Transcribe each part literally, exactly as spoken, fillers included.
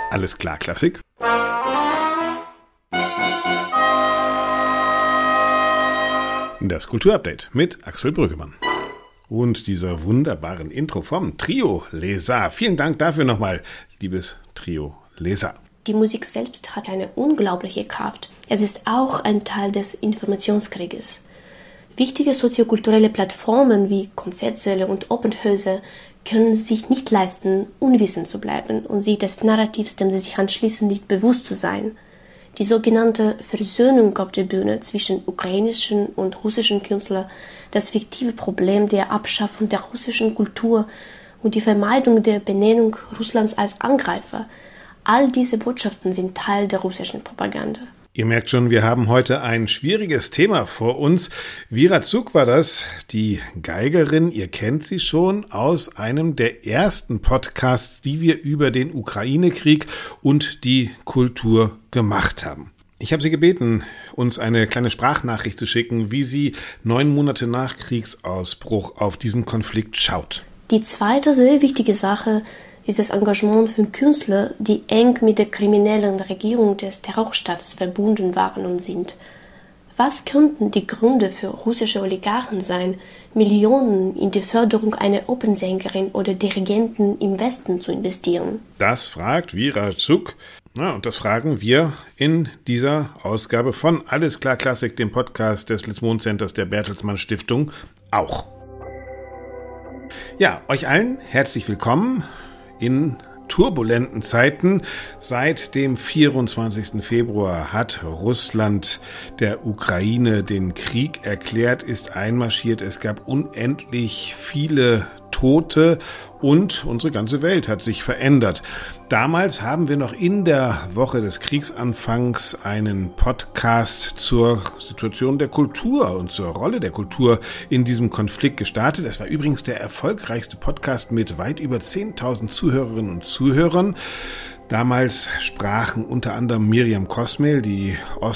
Alles klar, Klassik. Das Kulturupdate mit Axel Brüggemann. Und dieser wunderbaren Intro vom Trio Lézard. Vielen Dank dafür nochmal, liebes Trio Lézard. Die Musik selbst hat eine unglaubliche Kraft. Es ist auch ein Teil des Informationskrieges. Wichtige soziokulturelle Plattformen wie Konzertsäle und Opernhäuser können sich nicht leisten, unwissend zu bleiben und sich des Narrativs, dem sie sich anschließen, nicht bewusst zu sein. Die sogenannte Versöhnung auf der Bühne zwischen ukrainischen und russischen Künstlern, das fiktive Problem der Abschaffung der russischen Kultur und die Vermeidung der Benennung Russlands als Angreifer, all diese Botschaften sind Teil der russischen Propaganda. Ihr merkt schon, wir haben heute ein schwieriges Thema vor uns. Vera Zuk war das, die Geigerin. Ihr kennt sie schon aus einem der ersten Podcasts, die wir über den Ukraine-Krieg und die Kultur gemacht haben. Ich habe sie gebeten, uns eine kleine Sprachnachricht zu schicken, wie sie neun Monate nach Kriegsausbruch auf diesen Konflikt schaut. Die zweite sehr wichtige Sache ist das Engagement von Künstlern, die eng mit der kriminellen Regierung des Terrorstaates verbunden waren und sind. Was könnten die Gründe für russische Oligarchen sein, Millionen in die Förderung einer Opernsängerin oder Dirigenten im Westen zu investieren? Das fragt Vera Zuk. Ja, und das fragen wir in dieser Ausgabe von Alles klar Klassik, dem Podcast des Litzmon Centers der Bertelsmann Stiftung, auch. Ja, euch allen herzlich willkommen in turbulenten Zeiten. Seit dem vierundzwanzigsten Februar hat Russland der Ukraine den Krieg erklärt, ist einmarschiert. Es gab unendlich viele Tote und unsere ganze Welt hat sich verändert. Damals haben wir noch in der Woche des Kriegsanfangs einen Podcast zur Situation der Kultur und zur Rolle der Kultur in diesem Konflikt gestartet. Es war übrigens der erfolgreichste Podcast mit weit über zehntausend Zuhörerinnen und Zuhörern. Damals sprachen unter anderem Miriam Kosmel, die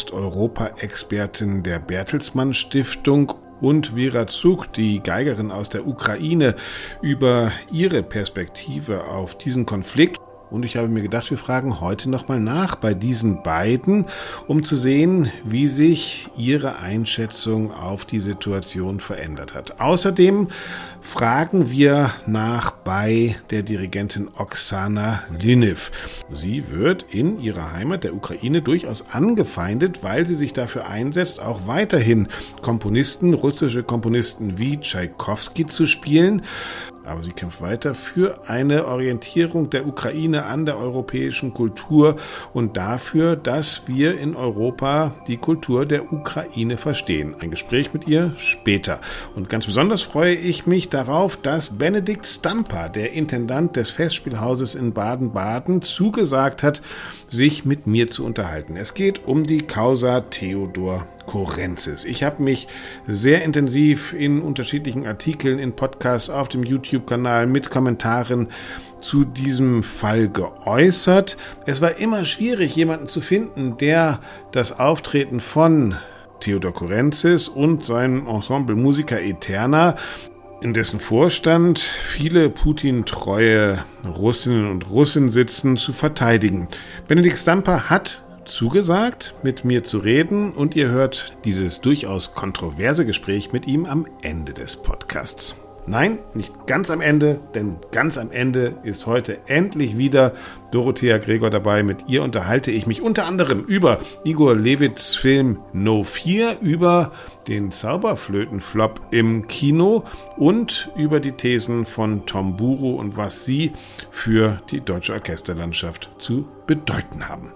Osteuropa-Expertin der Bertelsmann Stiftung, und Vera Zuk, die Geigerin aus der Ukraine, über ihre Perspektive auf diesen Konflikt. Und ich habe mir gedacht, wir fragen heute nochmal nach bei diesen beiden, um zu sehen, wie sich ihre Einschätzung auf die Situation verändert hat. Außerdem fragen wir nach bei der Dirigentin Oksana Lyniv. Sie wird in ihrer Heimat der Ukraine durchaus angefeindet, weil sie sich dafür einsetzt, auch weiterhin Komponisten, russische Komponisten wie Tschaikowski zu spielen. Aber sie kämpft weiter für eine Orientierung der Ukraine an der europäischen Kultur und dafür, dass wir in Europa die Kultur der Ukraine verstehen. Ein Gespräch mit ihr später. Und ganz besonders freue ich mich darauf, dass Benedikt Stampa, der Intendant des Festspielhauses in Baden-Baden, zugesagt hat, sich mit mir zu unterhalten. Es geht um die Causa Theodor Korentzis. Ich habe mich sehr intensiv in unterschiedlichen Artikeln, in Podcasts, auf dem YouTube-Kanal mit Kommentaren zu diesem Fall geäußert. Es war immer schwierig, jemanden zu finden, der das Auftreten von Theodor Korentzis und sein Ensemble Musica Eterna, in dessen Vorstand viele Putin-treue Russinnen und Russen sitzen, zu verteidigen. Benedikt Stampa hat zugesagt, mit mir zu reden, und ihr hört dieses durchaus kontroverse Gespräch mit ihm am Ende des Podcasts. Nein, nicht ganz am Ende, denn ganz am Ende ist heute endlich wieder Dorothea Gregor dabei. Mit ihr unterhalte ich mich unter anderem über Igor Levits Film No vier, über den Zauberflötenflop im Kino und über die Thesen von Tom Buro und was sie für die deutsche Orchesterlandschaft zu bedeuten haben.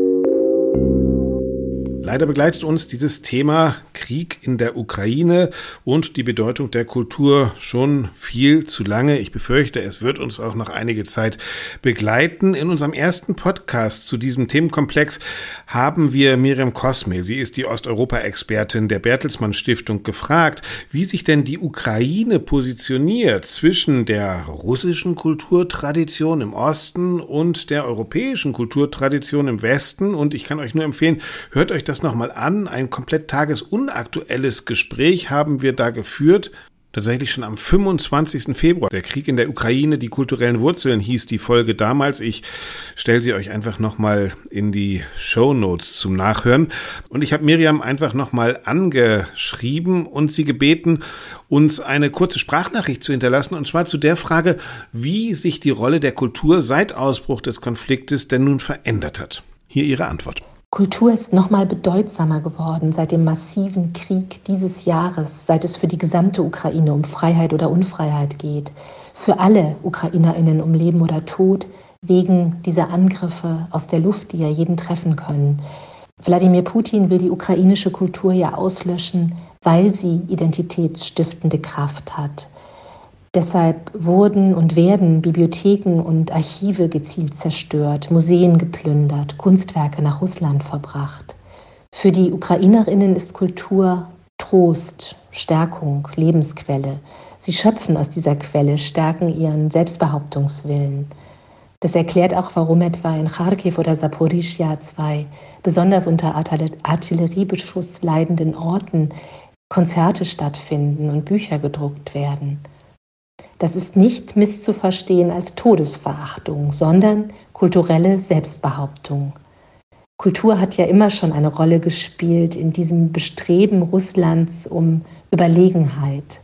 Leider begleitet uns dieses Thema Krieg in der Ukraine und die Bedeutung der Kultur schon viel zu lange. Ich befürchte, es wird uns auch noch einige Zeit begleiten. In unserem ersten Podcast zu diesem Themenkomplex haben wir Miriam Kosmel, sie ist die Osteuropa-Expertin der Bertelsmann Stiftung, gefragt, wie sich denn die Ukraine positioniert zwischen der russischen Kulturtradition im Osten und der europäischen Kulturtradition im Westen. Und ich kann euch nur empfehlen, hört euch das nochmal an. Ein komplett tagesunaktuelles Gespräch haben wir da geführt. tatsächlich schon am fünfundzwanzigsten Februar. Der Krieg in der Ukraine, die kulturellen Wurzeln hieß die Folge damals. Ich stelle sie euch einfach nochmal in die Shownotes zum Nachhören. Und ich habe Miriam einfach nochmal angeschrieben und sie gebeten, uns eine kurze Sprachnachricht zu hinterlassen. Und zwar zu der Frage, wie sich die Rolle der Kultur seit Ausbruch des Konfliktes denn nun verändert hat. Hier ihre Antwort. Kultur ist nochmal bedeutsamer geworden seit dem massiven Krieg dieses Jahres, seit es für die gesamte Ukraine um Freiheit oder Unfreiheit geht, für alle UkrainerInnen um Leben oder Tod, wegen dieser Angriffe aus der Luft, die ja jeden treffen können. Wladimir Putin will die ukrainische Kultur ja auslöschen, weil sie identitätsstiftende Kraft hat. Deshalb wurden und werden Bibliotheken und Archive gezielt zerstört, Museen geplündert, Kunstwerke nach Russland verbracht. Für die Ukrainerinnen ist Kultur Trost, Stärkung, Lebensquelle. Sie schöpfen aus dieser Quelle, stärken ihren Selbstbehauptungswillen. Das erklärt auch, warum etwa in Charkiw oder Saporischschja, zwei besonders unter Artilleriebeschuss leidenden Orten, Konzerte stattfinden und Bücher gedruckt werden. Das ist nicht misszuverstehen als Todesverachtung, sondern kulturelle Selbstbehauptung. Kultur hat ja immer schon eine Rolle gespielt in diesem Bestreben Russlands um Überlegenheit.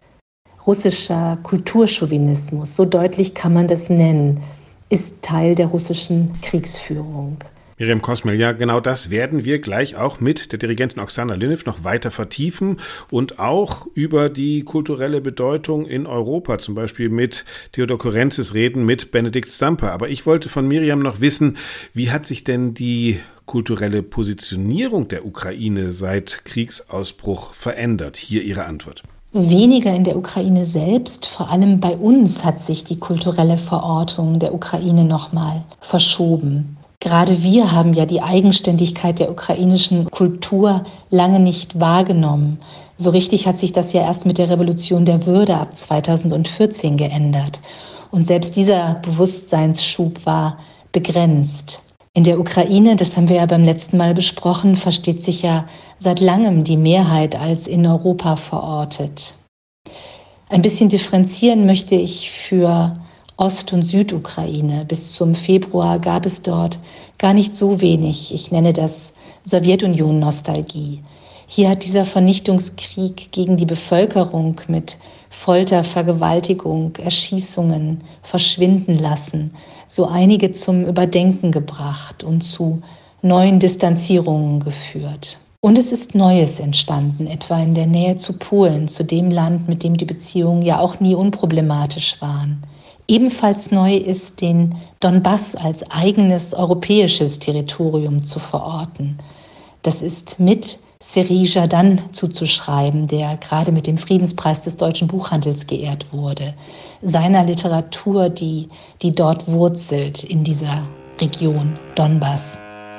Russischer Kulturchauvinismus, so deutlich kann man das nennen, ist Teil der russischen Kriegsführung. Miriam Kosmel, ja, genau das werden wir gleich auch mit der Dirigentin Oksana Lynev noch weiter vertiefen und auch über die kulturelle Bedeutung in Europa, zum Beispiel mit Theodor Kurenzis reden, mit Benedikt Stamper. Aber ich wollte von Miriam noch wissen, wie hat sich denn die kulturelle Positionierung der Ukraine seit Kriegsausbruch verändert? Hier ihre Antwort. Weniger in der Ukraine selbst, vor allem bei uns hat sich die kulturelle Verortung der Ukraine nochmal verschoben. Gerade wir haben ja die Eigenständigkeit der ukrainischen Kultur lange nicht wahrgenommen. So richtig hat sich das ja erst mit der Revolution der Würde ab zweitausendvierzehn geändert. Und selbst dieser Bewusstseinsschub war begrenzt. In der Ukraine, das haben wir ja beim letzten Mal besprochen, versteht sich ja seit langem die Mehrheit als in Europa verortet. Ein bisschen differenzieren möchte ich für Ost- und Südukraine. Bis zum Februar gab es dort gar nicht so wenig. Ich nenne das Sowjetunion-Nostalgie. Hier hat dieser Vernichtungskrieg gegen die Bevölkerung mit Folter, Vergewaltigung, Erschießungen verschwinden lassen, so einige zum Überdenken gebracht und zu neuen Distanzierungen geführt. Und es ist Neues entstanden, etwa in der Nähe zu Polen, zu dem Land, mit dem die Beziehungen ja auch nie unproblematisch waren. Ebenfalls neu ist, den Donbass als eigenes europäisches Territorium zu verorten. Das ist mit Serhii Jadan zuzuschreiben, der gerade mit dem Friedenspreis des deutschen Buchhandels geehrt wurde. Seiner Literatur, die, die dort wurzelt in dieser Region Donbass.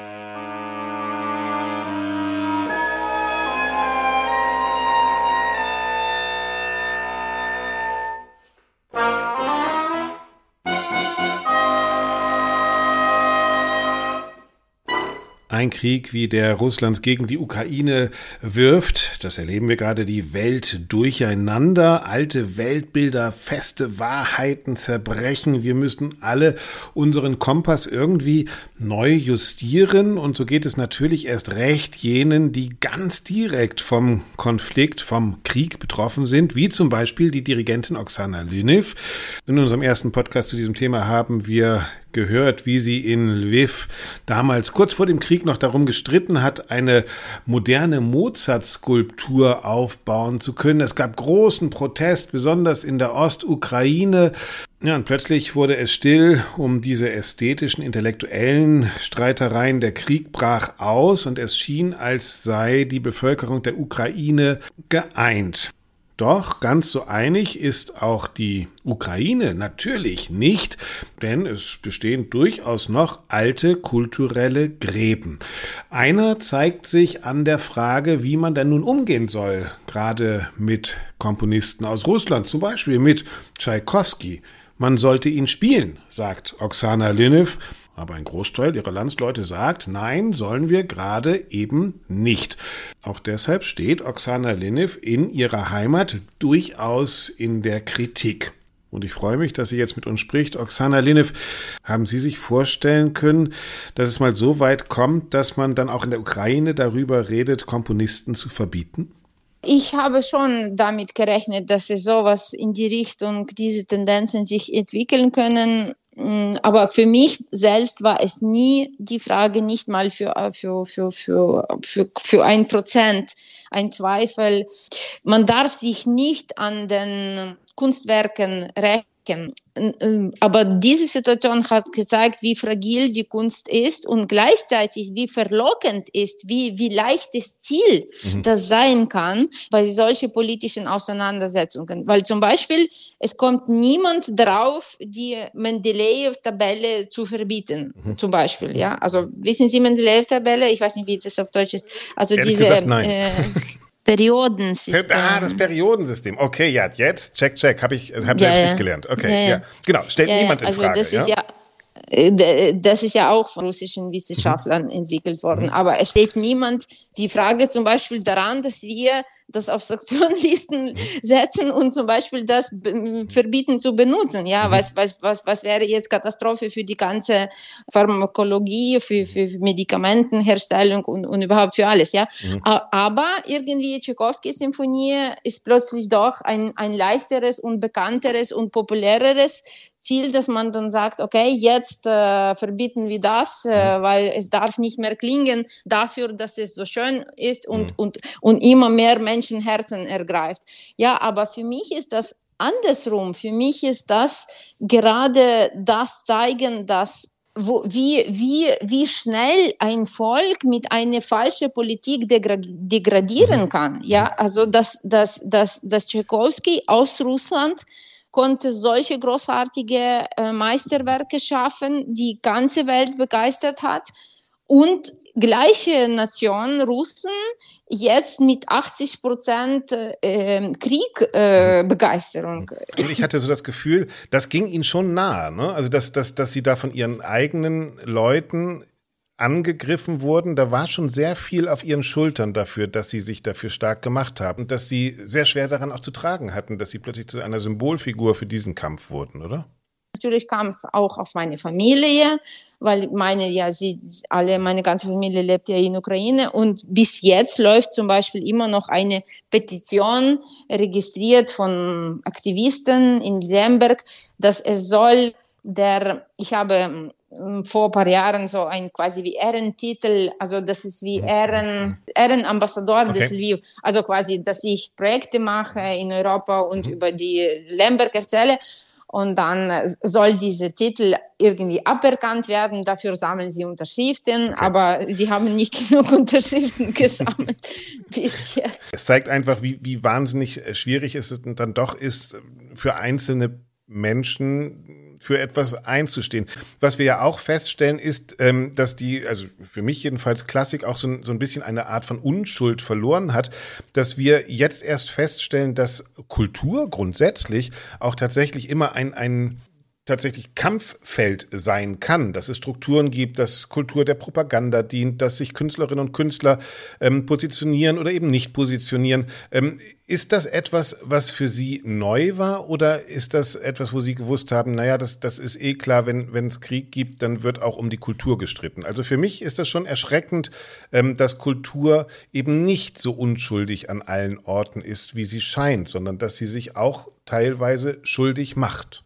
Ein Krieg, wie der Russlands gegen die Ukraine wirft, das erleben wir gerade, die Welt durcheinander, alte Weltbilder, feste Wahrheiten zerbrechen. Wir müssen alle unseren Kompass irgendwie neu justieren und so geht es natürlich erst recht jenen, die ganz direkt vom Konflikt, vom Krieg betroffen sind, wie zum Beispiel die Dirigentin Oksana Lynev. In unserem ersten Podcast zu diesem Thema haben wir gehört, wie sie in Lviv damals kurz vor dem Krieg noch darum gestritten hat, eine moderne Mozart-Skulptur aufbauen zu können. Es gab großen Protest, besonders in der Ostukraine. Ja, und plötzlich wurde es still um diese ästhetischen, intellektuellen Streitereien. Der Krieg brach aus und es schien, als sei die Bevölkerung der Ukraine geeint. Doch ganz so einig ist auch die Ukraine natürlich nicht, denn es bestehen durchaus noch alte kulturelle Gräben. Einer zeigt sich an der Frage, wie man denn nun umgehen soll, gerade mit Komponisten aus Russland, zum Beispiel mit Tschaikowski. Man sollte ihn spielen, sagt Oksana Lynev. Aber ein Großteil ihrer Landsleute sagt, nein, sollen wir gerade eben nicht. Auch deshalb steht Oksana Linev in ihrer Heimat durchaus in der Kritik. Und ich freue mich, dass sie jetzt mit uns spricht. Oksana Linev, haben Sie sich vorstellen können, dass es mal so weit kommt, dass man dann auch in der Ukraine darüber redet, Komponisten zu verbieten? Ich habe schon damit gerechnet, dass es sowas in die Richtung, diese Tendenzen sich entwickeln können. Aber für mich selbst war es nie die Frage, nicht mal für, für, für, für, für, für ein Prozent, ein Zweifel. Man darf sich nicht an den Kunstwerken rächen. Aber diese Situation hat gezeigt, wie fragil die Kunst ist und gleichzeitig wie verlockend ist, wie, wie leichtes Ziel mhm. das sein kann bei solchen politischen Auseinandersetzungen. Weil zum Beispiel, es kommt niemand drauf, die Mendeleev-Tabelle zu verbieten, mhm. zum Beispiel. Ja? Also wissen Sie Mendeleev-Tabelle? Ich weiß nicht, wie das auf Deutsch ist. Also Ehrlich diese gesagt, nein. Äh, Periodensystem. Ah, das Periodensystem. Okay, ja, jetzt, check, check, habe ich, hab ich ja, richtig ja. gelernt. Okay, ja, ja. ja. Genau, stellt ja, niemand in also Frage. Das ist ja? ja Das ist ja auch von russischen Wissenschaftlern mhm. entwickelt worden. Mhm. Aber es steht niemand die Frage zum Beispiel daran, dass wir das auf Sanktionenlisten mhm. setzen und zum Beispiel das b- verbieten zu benutzen. Ja, mhm. was, was, was, was wäre jetzt Katastrophe für die ganze Pharmakologie, für, für Medikamentenherstellung und, und überhaupt für alles. Ja, mhm. aber irgendwie Tschaikowski-Symphonie ist plötzlich doch ein, ein leichteres und bekannteres und populäreres Ziel, dass man dann sagt, okay, jetzt äh, verbieten wir das, äh, weil es darf nicht mehr klingen dafür, dass es so schön ist und, mhm. und, und immer mehr Menschenherzen ergreift. Ja, aber für mich ist das andersrum. Für mich ist das gerade das Zeigen, dass Wo, wie, wie, wie schnell ein Volk mit einer falschen Politik degra- degradieren kann. Ja, also dass, dass, dass, dass Tschaikowski aus Russland konnte solche großartige äh, Meisterwerke schaffen, die ganze Welt begeistert hat. Und gleiche Nation, Russen, jetzt mit achtzig Prozent äh, Kriegbegeisterung. Äh, Und ich hatte so das Gefühl, das ging ihnen schon nahe, ne? Also dass, dass, dass sie da von ihren eigenen Leuten angegriffen wurden, da war schon sehr viel auf ihren Schultern dafür, dass sie sich dafür stark gemacht haben und dass sie sehr schwer daran auch zu tragen hatten, dass sie plötzlich zu einer Symbolfigur für diesen Kampf wurden, oder? Natürlich kam es auch auf meine Familie, weil meine, ja, sie alle, meine ganze Familie lebt ja in der Ukraine und bis jetzt läuft zum Beispiel immer noch eine Petition registriert von Aktivisten in Lemberg, dass es soll der, ich habe vor ein paar Jahren so ein quasi wie Ehrentitel, also das ist wie Ehren, Ehrenambassador okay. des Lviv, also quasi, dass ich Projekte mache in Europa und mhm. über die Lemberg erzähle. Und dann soll dieser Titel irgendwie aberkannt werden. Dafür sammeln sie Unterschriften, okay. aber sie haben nicht genug Unterschriften gesammelt bis jetzt. Es zeigt einfach, wie, wie wahnsinnig schwierig es dann doch ist, für einzelne Menschen für etwas einzustehen. Was wir ja auch feststellen ist, ähm, dass die, also für mich jedenfalls Klassik auch so, so ein bisschen eine Art von Unschuld verloren hat, dass wir jetzt erst feststellen, dass Kultur grundsätzlich auch tatsächlich immer ein, ein tatsächlich Kampffeld sein kann, dass es Strukturen gibt, dass Kultur der Propaganda dient, dass sich Künstlerinnen und Künstler ähm, positionieren oder eben nicht positionieren. Ähm, ist das etwas, was für Sie neu war oder ist das etwas, wo Sie gewusst haben, naja, das, das ist eh klar, wenn wenn es Krieg gibt, dann wird auch um die Kultur gestritten. Also für mich ist das schon erschreckend, ähm, dass Kultur eben nicht so unschuldig an allen Orten ist, wie sie scheint, sondern dass sie sich auch teilweise schuldig macht.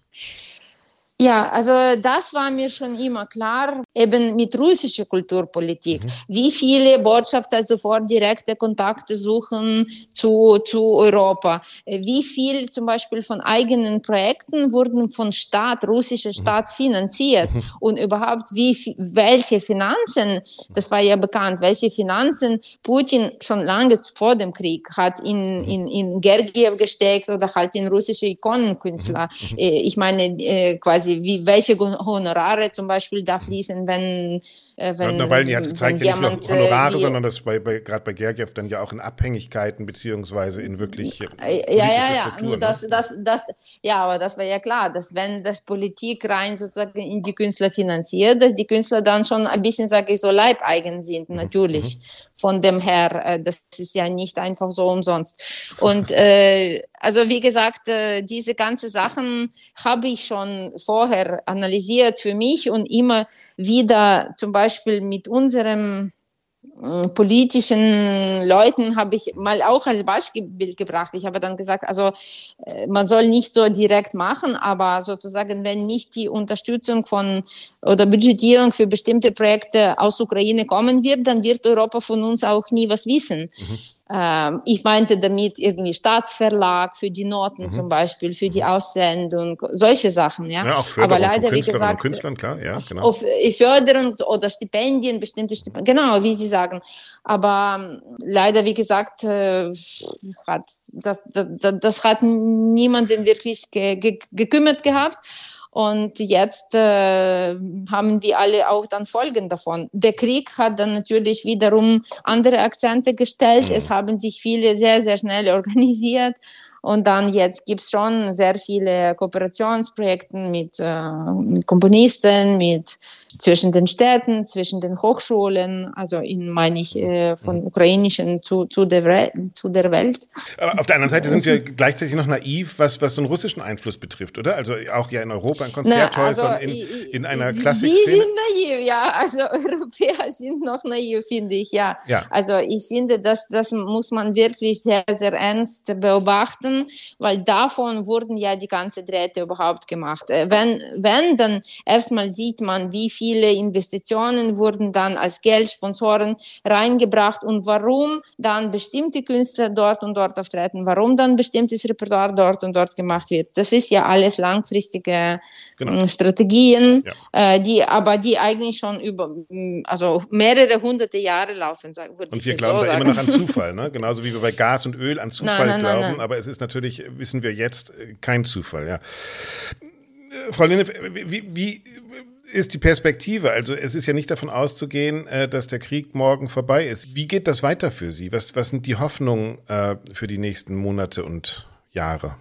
Ja, also das war mir schon immer klar, eben mit russischer Kulturpolitik. Mhm. Wie viele Botschafter sofort direkte Kontakte suchen zu, zu Europa. Wie viel zum Beispiel von eigenen Projekten wurden von Staat, russischer Staat finanziert. Mhm. Und überhaupt wie, welche Finanzen, das war ja bekannt, welche Finanzen Putin schon lange vor dem Krieg hat in, in, in Gergiev gesteckt oder halt in russische Ikonenkünstler. Mhm. Ich meine, quasi wie welche Honorare zum Beispiel da fließen, wenn äh, wenn, ja, Nawalny hat gezeigt, ja jemand, nicht nur Honorare, wie, sondern das bei, bei gerade bei Gergiev dann ja auch in Abhängigkeiten beziehungsweise in wirklich äh, ja, ja, ja, nur das, das, das, ja, aber das war ja klar, dass wenn das Politik rein sozusagen in die Künstler finanziert, dass die Künstler dann schon ein bisschen, sage ich so, leibeigen sind, natürlich. Mhm. Von dem her, das ist ja nicht einfach so umsonst. Und äh, also wie gesagt, äh, diese ganzen Sachen habe ich schon vorher analysiert für mich und immer wieder zum Beispiel mit unserem äh, politischen Leuten habe ich mal auch als Beispiel gebracht. Ich habe dann gesagt, also äh, man soll nicht so direkt machen, aber sozusagen, wenn nicht die Unterstützung von oder Budgetierung für bestimmte Projekte aus Ukraine kommen wird, dann wird Europa von uns auch nie was wissen. Mhm. Ähm, ich meinte damit irgendwie Staatsverlag für die Noten mhm. zum Beispiel, für die Aussendung, solche Sachen. Ja, ja auch Förderung aber leider, von wie gesagt, und Künstlern, klar, ja, genau. Auf Förderung oder Stipendien, bestimmte Stipendien, genau, wie Sie sagen. Aber leider, wie gesagt, äh, hat das, das, das hat niemanden wirklich ge, ge, gekümmert gehabt. Und jetzt äh, haben wir alle auch dann Folgen davon. Der Krieg hat dann natürlich wiederum andere Akzente gestellt. Mhm. Es haben sich viele sehr, sehr schnell organisiert. Und dann jetzt gibt's schon sehr viele Kooperationsprojekte mit, äh, mit Komponisten, mit zwischen den Städten, zwischen den Hochschulen, also in meine ich äh, von ukrainischen zu, zu, der, zu der Welt. Aber auf der anderen Seite sind wir gleichzeitig noch naiv, was, was den russischen Einfluss betrifft, oder? Also auch ja in Europa, in Konzerthäusern, Na, also, in, in einer Klassikszene. Sie sind naiv, ja, also Europäer sind noch naiv, finde ich, ja. ja. Also ich finde, das, das muss man wirklich sehr, sehr ernst beobachten, weil davon wurden ja die ganze Drähte überhaupt gemacht. Wenn, wenn dann erstmal sieht man, wie viele Investitionen wurden dann als Geldsponsoren reingebracht und warum dann bestimmte Künstler dort und dort auftreten, warum dann bestimmtes Repertoire dort und dort gemacht wird. Das ist ja alles langfristige genau. Strategien, ja. äh, die aber die eigentlich schon über also mehrere hunderte Jahre laufen. Würde und wir ich glauben so da sagen. immer noch an Zufall, ne? Genauso wie wir bei Gas und Öl an Zufall nein, nein, glauben, nein, nein. aber es ist natürlich, wissen wir jetzt, kein Zufall. Ja. Frau Linde, wie, wie ist die Perspektive? Also es ist ja nicht davon auszugehen, dass der Krieg morgen vorbei ist. Wie geht das weiter für Sie? Was, was sind die Hoffnungen für die nächsten Monate und Jahre?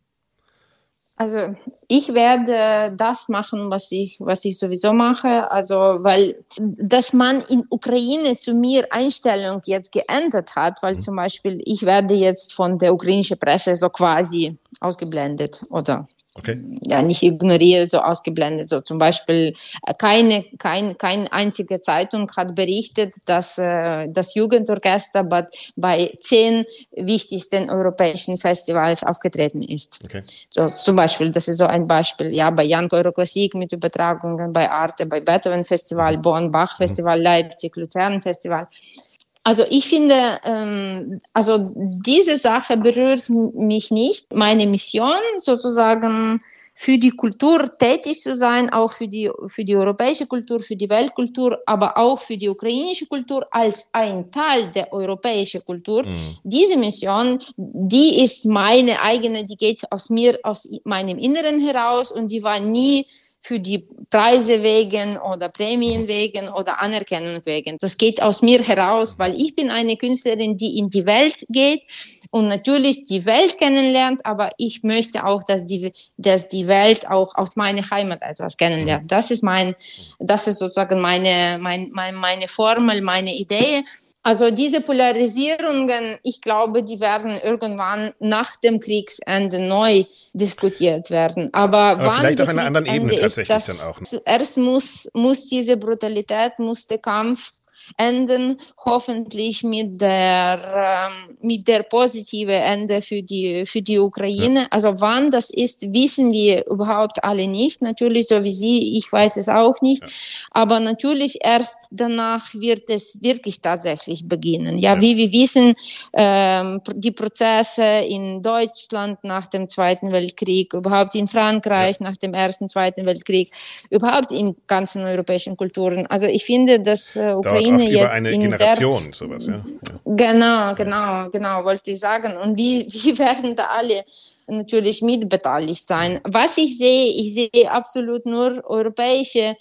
Also ich werde das machen, was ich, was ich sowieso mache. Also weil, dass man in Ukraine zu mir Einstellung jetzt geändert hat, weil mhm. zum Beispiel ich werde jetzt von der ukrainischen Presse so quasi ausgeblendet oder Okay. ja, nicht ignoriert, so ausgeblendet. So zum Beispiel keine, kein, keine einzige Zeitung hat berichtet, dass äh, das Jugendorchester bei, bei zehn wichtigsten europäischen Festivals aufgetreten ist. Okay. So zum Beispiel, das ist so ein Beispiel. Ja, bei Young Euroklassik mit Übertragungen, bei Arte, bei Beethoven Festival, mhm. Bonn, Bach Festival, mhm. Leipzig, Luzern Festival. Also ich finde, ähm, also diese Sache berührt mich nicht. Meine Mission sozusagen für die Kultur tätig zu sein, auch für die, für die europäische Kultur, für die Weltkultur, aber auch für die ukrainische Kultur als ein Teil der europäischen Kultur. Mhm. Diese Mission, die ist meine eigene, die geht aus mir, aus meinem Inneren heraus und die war nie für die Preise wegen oder Prämien wegen oder Anerkennung wegen. Das geht aus mir heraus, weil ich bin eine Künstlerin, die in die Welt geht und natürlich die Welt kennenlernt, aber ich möchte auch, dass die, dass die Welt auch aus meiner Heimat etwas kennenlernt. Das ist mein, das ist sozusagen meine, mein, mein, meine Formel, meine Idee. Also diese Polarisierungen, ich glaube, die werden irgendwann nach dem Kriegsende neu diskutiert werden. Aber, Aber wann vielleicht auf einer anderen Ebene tatsächlich ist, das, dann auch. Zuerst muss, muss diese Brutalität, muss der Kampf enden, hoffentlich mit der, ähm, mit der positive Ende für die, für die Ukraine. Ja. Also wann das ist, wissen wir überhaupt alle nicht. Natürlich, so wie Sie, ich weiß es auch nicht. Ja. Aber natürlich erst danach wird es wirklich tatsächlich beginnen. Ja, ja. Wie wir wissen, ähm, die Prozesse in Deutschland nach dem Zweiten Weltkrieg, überhaupt in Frankreich ja. nach dem Ersten, Zweiten Weltkrieg, überhaupt in ganzen europäischen Kulturen. Also ich finde, dass äh, Ukraine über jetzt eine in Generation, der, sowas, ja. ja. Genau, genau, genau, wollte ich sagen. Und wie, wie werden da alle natürlich mitbeteiligt sein? Was ich sehe, ich sehe absolut nur europäische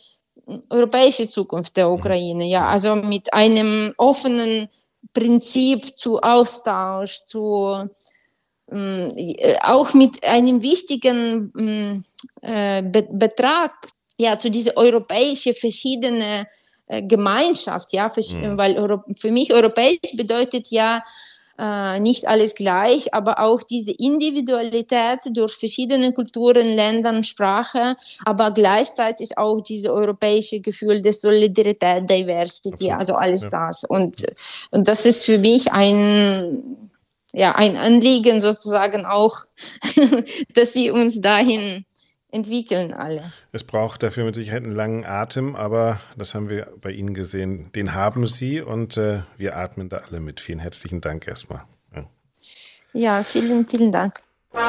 europäische Zukunft der Ukraine, ja, also mit einem offenen Prinzip zu Austausch, zu äh, auch mit einem wichtigen äh, Be- Betrag, ja, zu dieser europäischen verschiedene äh, Gemeinschaft, ja, für, mhm. weil Euro- für mich europäisch bedeutet ja äh, nicht alles gleich, aber auch diese Individualität durch verschiedene Kulturen, Ländern, Sprache, aber gleichzeitig auch dieses europäische Gefühl der Solidarität, Diversity, Absolut. also alles ja. das. Und, und das ist für mich ein, ja, ein Anliegen sozusagen auch, dass wir uns dahin entwickeln alle. Es braucht dafür mit Sicherheit einen langen Atem, aber das haben wir bei Ihnen gesehen. Den haben Sie und äh, wir atmen da alle mit. Vielen herzlichen Dank erstmal. Ja, ja vielen, vielen Dank.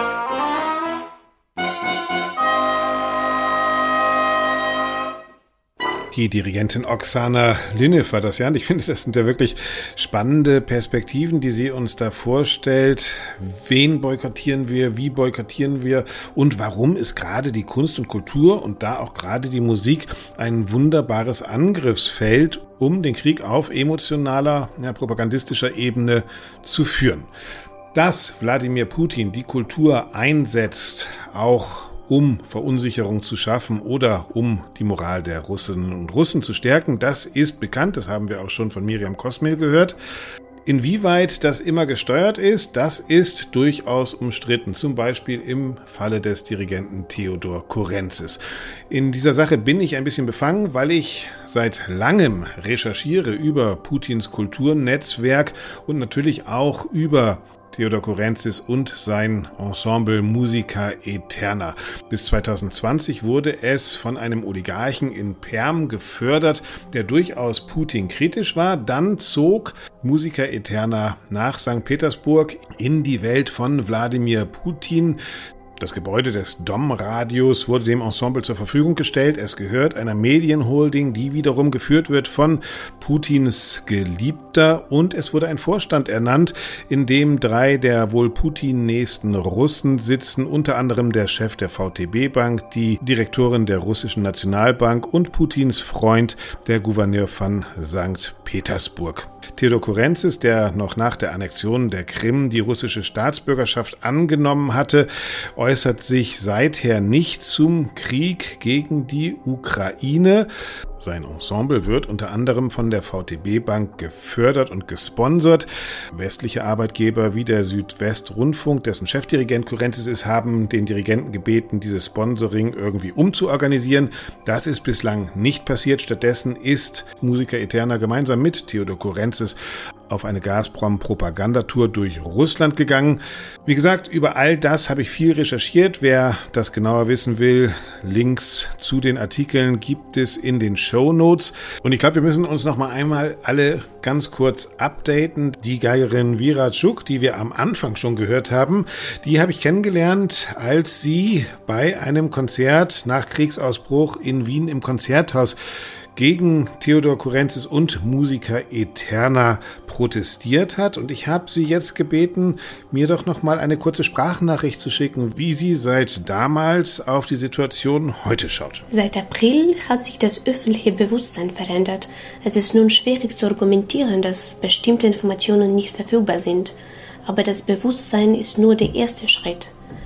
Die Dirigentin Oksana Lynev war das ja. Und ich finde, das sind ja wirklich spannende Perspektiven, die sie uns da vorstellt. Wen boykottieren wir, wie boykottieren wir und warum ist gerade die Kunst und Kultur und da auch gerade die Musik ein wunderbares Angriffsfeld, um den Krieg auf emotionaler, ja, propagandistischer Ebene zu führen. Dass Wladimir Putin die Kultur einsetzt, auch um Verunsicherung zu schaffen oder um die Moral der Russinnen und Russen zu stärken. Das ist bekannt, das haben wir auch schon von Miriam Kosmil gehört. Inwieweit das immer gesteuert ist, das ist durchaus umstritten, zum Beispiel im Falle des Dirigenten Theodor Kurenzis. In dieser Sache bin ich ein bisschen befangen, weil ich seit langem recherchiere über Putins Kulturnetzwerk und natürlich auch über Theodor Kurenzis und sein Ensemble Musica Eterna. Bis zwanzig zwanzig wurde es von einem Oligarchen in Perm gefördert, der durchaus Putin kritisch war. Dann zog Musica Eterna nach Sankt Petersburg in die Welt von Wladimir Putin. Das Gebäude des Dom-Radios wurde dem Ensemble zur Verfügung gestellt. Es gehört einer Medienholding, die wiederum geführt wird von Putins Geliebter. Und es wurde ein Vorstand ernannt, in dem drei der wohl Putin-nächsten Russen sitzen, unter anderem der Chef der V T B-Bank, die Direktorin der Russischen Nationalbank und Putins Freund, der Gouverneur von Sankt Petersburg. Theodor Kurenzis, der noch nach der Annexion der Krim die russische Staatsbürgerschaft angenommen hatte, äußert sich seither nicht zum Krieg gegen die Ukraine. Sein Ensemble wird unter anderem von der V T B-Bank gefördert und gesponsert. Westliche Arbeitgeber wie der Südwestrundfunk, dessen Chefdirigent Kurenzis ist, haben den Dirigenten gebeten, dieses Sponsoring irgendwie umzuorganisieren. Das ist bislang nicht passiert. Stattdessen ist Musica Eterna gemeinsam mit Theodor Kurenzis auf eine Gazprom-Propagandatour durch Russland gegangen. Wie gesagt, über all das habe ich viel recherchiert. Wer das genauer wissen will, Links zu den Artikeln gibt es in den Shownotes. Und ich glaube, wir müssen uns noch mal einmal alle ganz kurz updaten. Die Geigerin Vera Tschuk, die wir am Anfang schon gehört haben, die habe ich kennengelernt, als sie bei einem Konzert nach Kriegsausbruch in Wien im Konzerthaus gegen Theodor Kurenzis und Musica Eterna protestiert hat. Und ich habe sie jetzt gebeten, mir doch noch mal eine kurze Sprachnachricht zu schicken, wie sie seit damals auf die Situation heute schaut. Seit April hat sich das öffentliche Bewusstsein verändert. Es ist nun schwierig zu argumentieren, dass bestimmte Informationen nicht verfügbar sind. Aber das Bewusstsein ist nur der erste Schritt.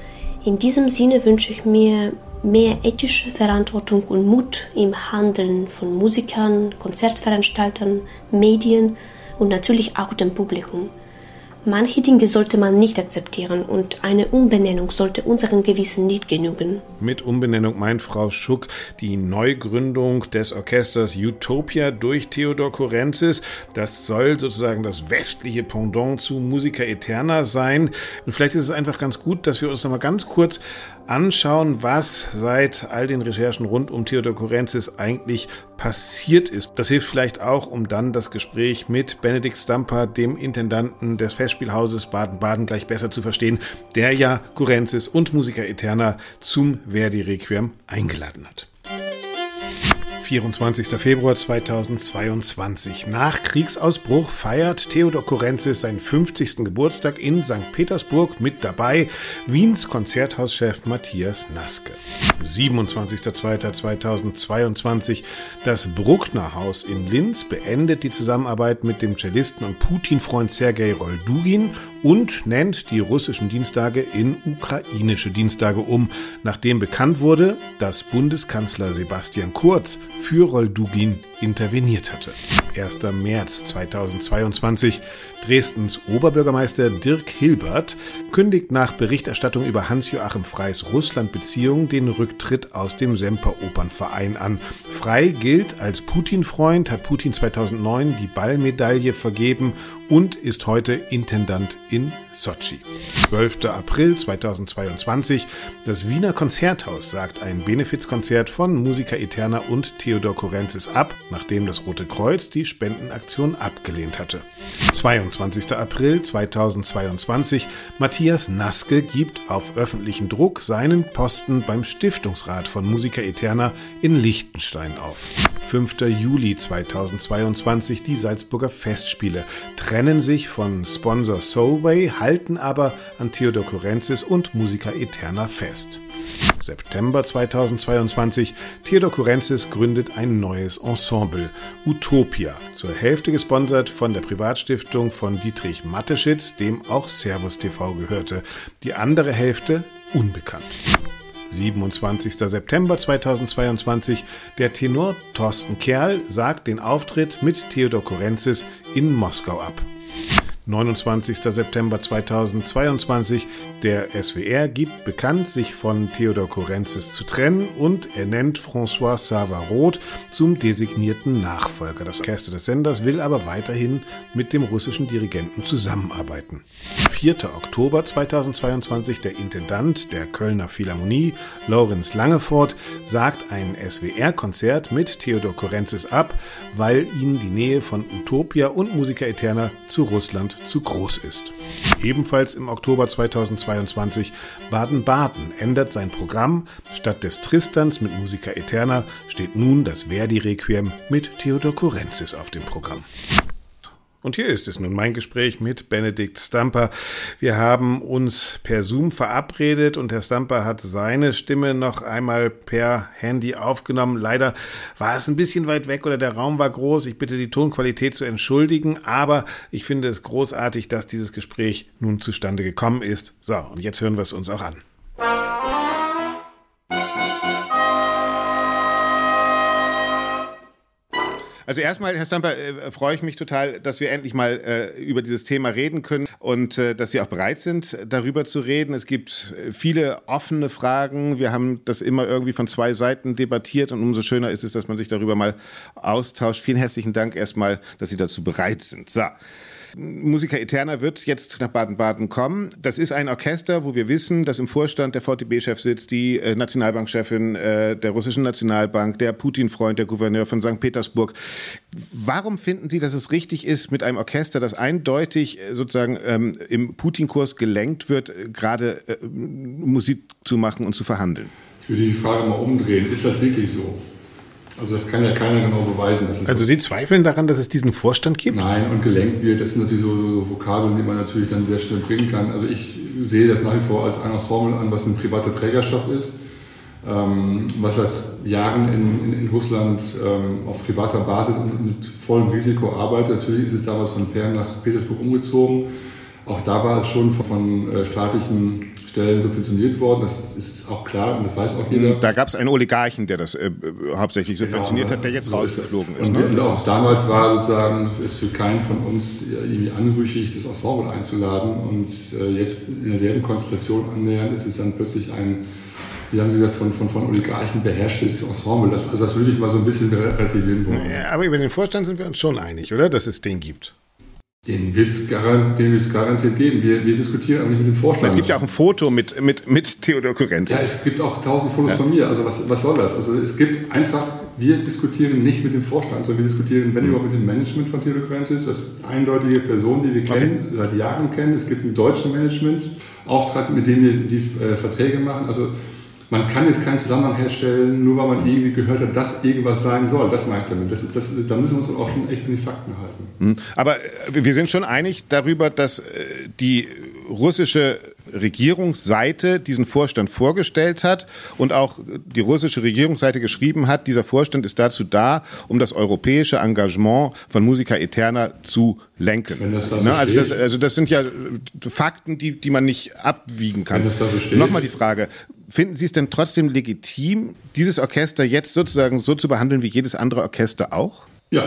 In diesem Sinne wünsche ich mir mehr ethische Verantwortung und Mut im Handeln von Musikern, Konzertveranstaltern, Medien und natürlich auch dem Publikum. Manche Dinge sollte man nicht akzeptieren und eine Umbenennung sollte unserem Gewissen nicht genügen. Mit Umbenennung meint Frau Tschuk die Neugründung des Orchesters Utopia durch Theodor Kurenzis. Das soll sozusagen das westliche Pendant zu Musica Eterna sein. Und vielleicht ist es einfach ganz gut, dass wir uns noch mal ganz kurz anschauen, was seit all den Recherchen rund um Theodor Kurenzis eigentlich passiert ist. Das hilft vielleicht auch, um dann das Gespräch mit Benedikt Stamper, dem Intendanten des Festspielhauses Baden-Baden, gleich besser zu verstehen, der ja Kurenzis und Musica Eterna zum Verdi Requiem eingeladen hat. vierundzwanzigster Februar zweitausendzweiundzwanzig. Nach Kriegsausbruch feiert Theodor Kurenzis seinen fünfzigsten Geburtstag in Sankt Petersburg, mit dabei Wiens Konzerthauschef Matthias Naske. siebenundzwanzigster zweiter zweitausendzweiundzwanzig. Das Bruckner-Haus in Linz beendet die Zusammenarbeit mit dem Cellisten und Putin-Freund Sergei Roldugin und nennt die russischen Dienstage in ukrainische Dienstage um, nachdem bekannt wurde, dass Bundeskanzler Sebastian Kurz für Roldugin interveniert hatte. erster März zweitausendzweiundzwanzig. Dresdens Oberbürgermeister Dirk Hilbert kündigt nach Berichterstattung über Hans-Joachim Freys Russland-Beziehung den Rücktritt aus dem Semperopernverein an. Frey gilt als Putin-Freund, hat Putin zweitausendneun die Ball-Medaille vergeben und ist heute Intendant in Sotschi. zwölfter April zweitausendzweiundzwanzig. Das Wiener Konzerthaus sagt ein Benefizkonzert von Musica Eterna und Theodor Kurenzis ab, nachdem das Rote Kreuz die Spendenaktion abgelehnt hatte. zweiundzwanzigster April zweitausendzweiundzwanzig. Matthias Naske gibt auf öffentlichen Druck seinen Posten beim Stiftungsrat von Musica Eterna in Liechtenstein auf. fünfter Juli zweitausendzweiundzwanzig. Die Salzburger Festspiele trennen sich von Sponsor Solvay, halten aber an Theodor Kurenzis und Musica Eterna fest. September zweitausendzweiundzwanzig. Theodor Kurenzis gründet ein neues Ensemble, Utopia, zur Hälfte gesponsert von der Privatstiftung von Dietrich Mateschitz, dem auch Servus T V gehörte. Die andere Hälfte unbekannt. siebenundzwanzigster September zweitausendzweiundzwanzig. Der Tenor Thorsten Kerl sagt den Auftritt mit Theodor Kurenzis in Moskau ab. neunundzwanzigster September zweitausendzweiundzwanzig. Der S W R gibt bekannt, sich von Theodor Kurenzis zu trennen, und er nennt François Sava-Roth zum designierten Nachfolger. Das Orchester des Senders will aber weiterhin mit dem russischen Dirigenten zusammenarbeiten. vierter Oktober zweitausendzweiundzwanzig. Der Intendant der Kölner Philharmonie, Lorenz Langefort, sagt ein S W R-Konzert mit Theodor Kurenzis ab, weil ihm die Nähe von Utopia und Musica Eterna zu Russland zu groß ist. Ebenfalls im Oktober zweitausendzweiundzwanzig. Baden-Baden ändert sein Programm. Statt des Tristans mit Musica Eterna steht nun das Verdi-Requiem mit Theodor Kurenzis auf dem Programm. Und hier ist es nun, mein Gespräch mit Benedikt Stamper. Wir haben uns per Zoom verabredet und Herr Stamper hat seine Stimme noch einmal per Handy aufgenommen. Leider war es ein bisschen weit weg oder der Raum war groß. Ich bitte die Tonqualität zu entschuldigen, aber ich finde es großartig, dass dieses Gespräch nun zustande gekommen ist. So, und jetzt hören wir es uns auch an. Also erstmal, Herr Stamper, äh, freue ich mich total, dass wir endlich mal äh, über dieses Thema reden können und äh, dass Sie auch bereit sind, darüber zu reden. Es gibt äh, viele offene Fragen. Wir haben das immer irgendwie von zwei Seiten debattiert und umso schöner ist es, dass man sich darüber mal austauscht. Vielen herzlichen Dank erstmal, dass Sie dazu bereit sind. So. Musica Eterna wird jetzt nach Baden-Baden kommen. Das ist ein Orchester, wo wir wissen, dass im Vorstand der V T B-Chef sitzt, die äh, Nationalbankchefin äh, der russischen Nationalbank, der Putin-Freund, der Gouverneur von Sankt Petersburg. Warum finden Sie, dass es richtig ist, mit einem Orchester, das eindeutig äh, sozusagen ähm, im Putin-Kurs gelenkt wird, äh, gerade äh, Musik zu machen und zu verhandeln? Ich würde die Frage mal umdrehen. Ist das wirklich so? Also das kann ja keiner genau beweisen. Dass es also so Sie zweifeln daran, dass es diesen Vorstand gibt? Nein, und gelenkt wird, das sind natürlich so, so, so Vokabeln, die man natürlich dann sehr schnell bringen kann. Also ich sehe das nach wie vor als ein Ensemble an, was eine private Trägerschaft ist, ähm, was seit Jahren in, in, in Russland ähm, auf privater Basis und mit vollem Risiko arbeitet. Natürlich ist es damals von Perm nach Petersburg umgezogen. Auch da war es schon von, von äh, staatlichen Stellen subventioniert worden, das ist auch klar und das weiß auch jeder. Da gab es einen Oligarchen, der das äh, hauptsächlich subventioniert genau, hat, der jetzt so rausgeflogen ist. ist. Und, ne? und auch damals war sozusagen es für keinen von uns irgendwie anrüchig, das Ensemble einzuladen und äh, jetzt in derselben Konstellation annähernd ist es dann plötzlich ein, wie haben Sie gesagt, von, von, von Oligarchen beherrschtes Ensemble. Das, also das würde ich mal so ein bisschen relativieren wollen. Ja, aber über den Vorstand sind wir uns schon einig, oder? Dass es den gibt. Den wird es garant, garantiert geben. Wir, wir diskutieren aber nicht mit dem Vorstand. Es gibt ja auch ein Foto mit, mit, mit Theodor Kurenzis. Ja, es gibt auch tausend Fotos ja. von mir. Also was, was soll das? Also es gibt einfach, wir diskutieren nicht mit dem Vorstand, sondern wir diskutieren, wenn überhaupt, mit dem Management von Theodor Kurenzis. Das ist eine eindeutige Person, die wir kennen, okay. seit Jahren kennen. Es gibt einen deutschen Managementsauftrag, mit dem wir die äh, Verträge machen. Also man kann jetzt keinen Zusammenhang herstellen, nur weil man irgendwie gehört hat, dass irgendwas sein soll. Das meine ich damit. Das, das, da müssen wir uns auch schon echt an die Fakten halten. Aber wir sind schon einig darüber, dass die russische Regierungsseite diesen Vorstand vorgestellt hat und auch die russische Regierungsseite geschrieben hat, dieser Vorstand ist dazu da, um das europäische Engagement von Musica Eterna zu lenken. Wenn das da so also, das, also das sind ja Fakten, die, die man nicht abwiegen kann. Wenn das da so steht. Nochmal die Frage, finden Sie es denn trotzdem legitim, dieses Orchester jetzt sozusagen so zu behandeln wie jedes andere Orchester auch? Ja.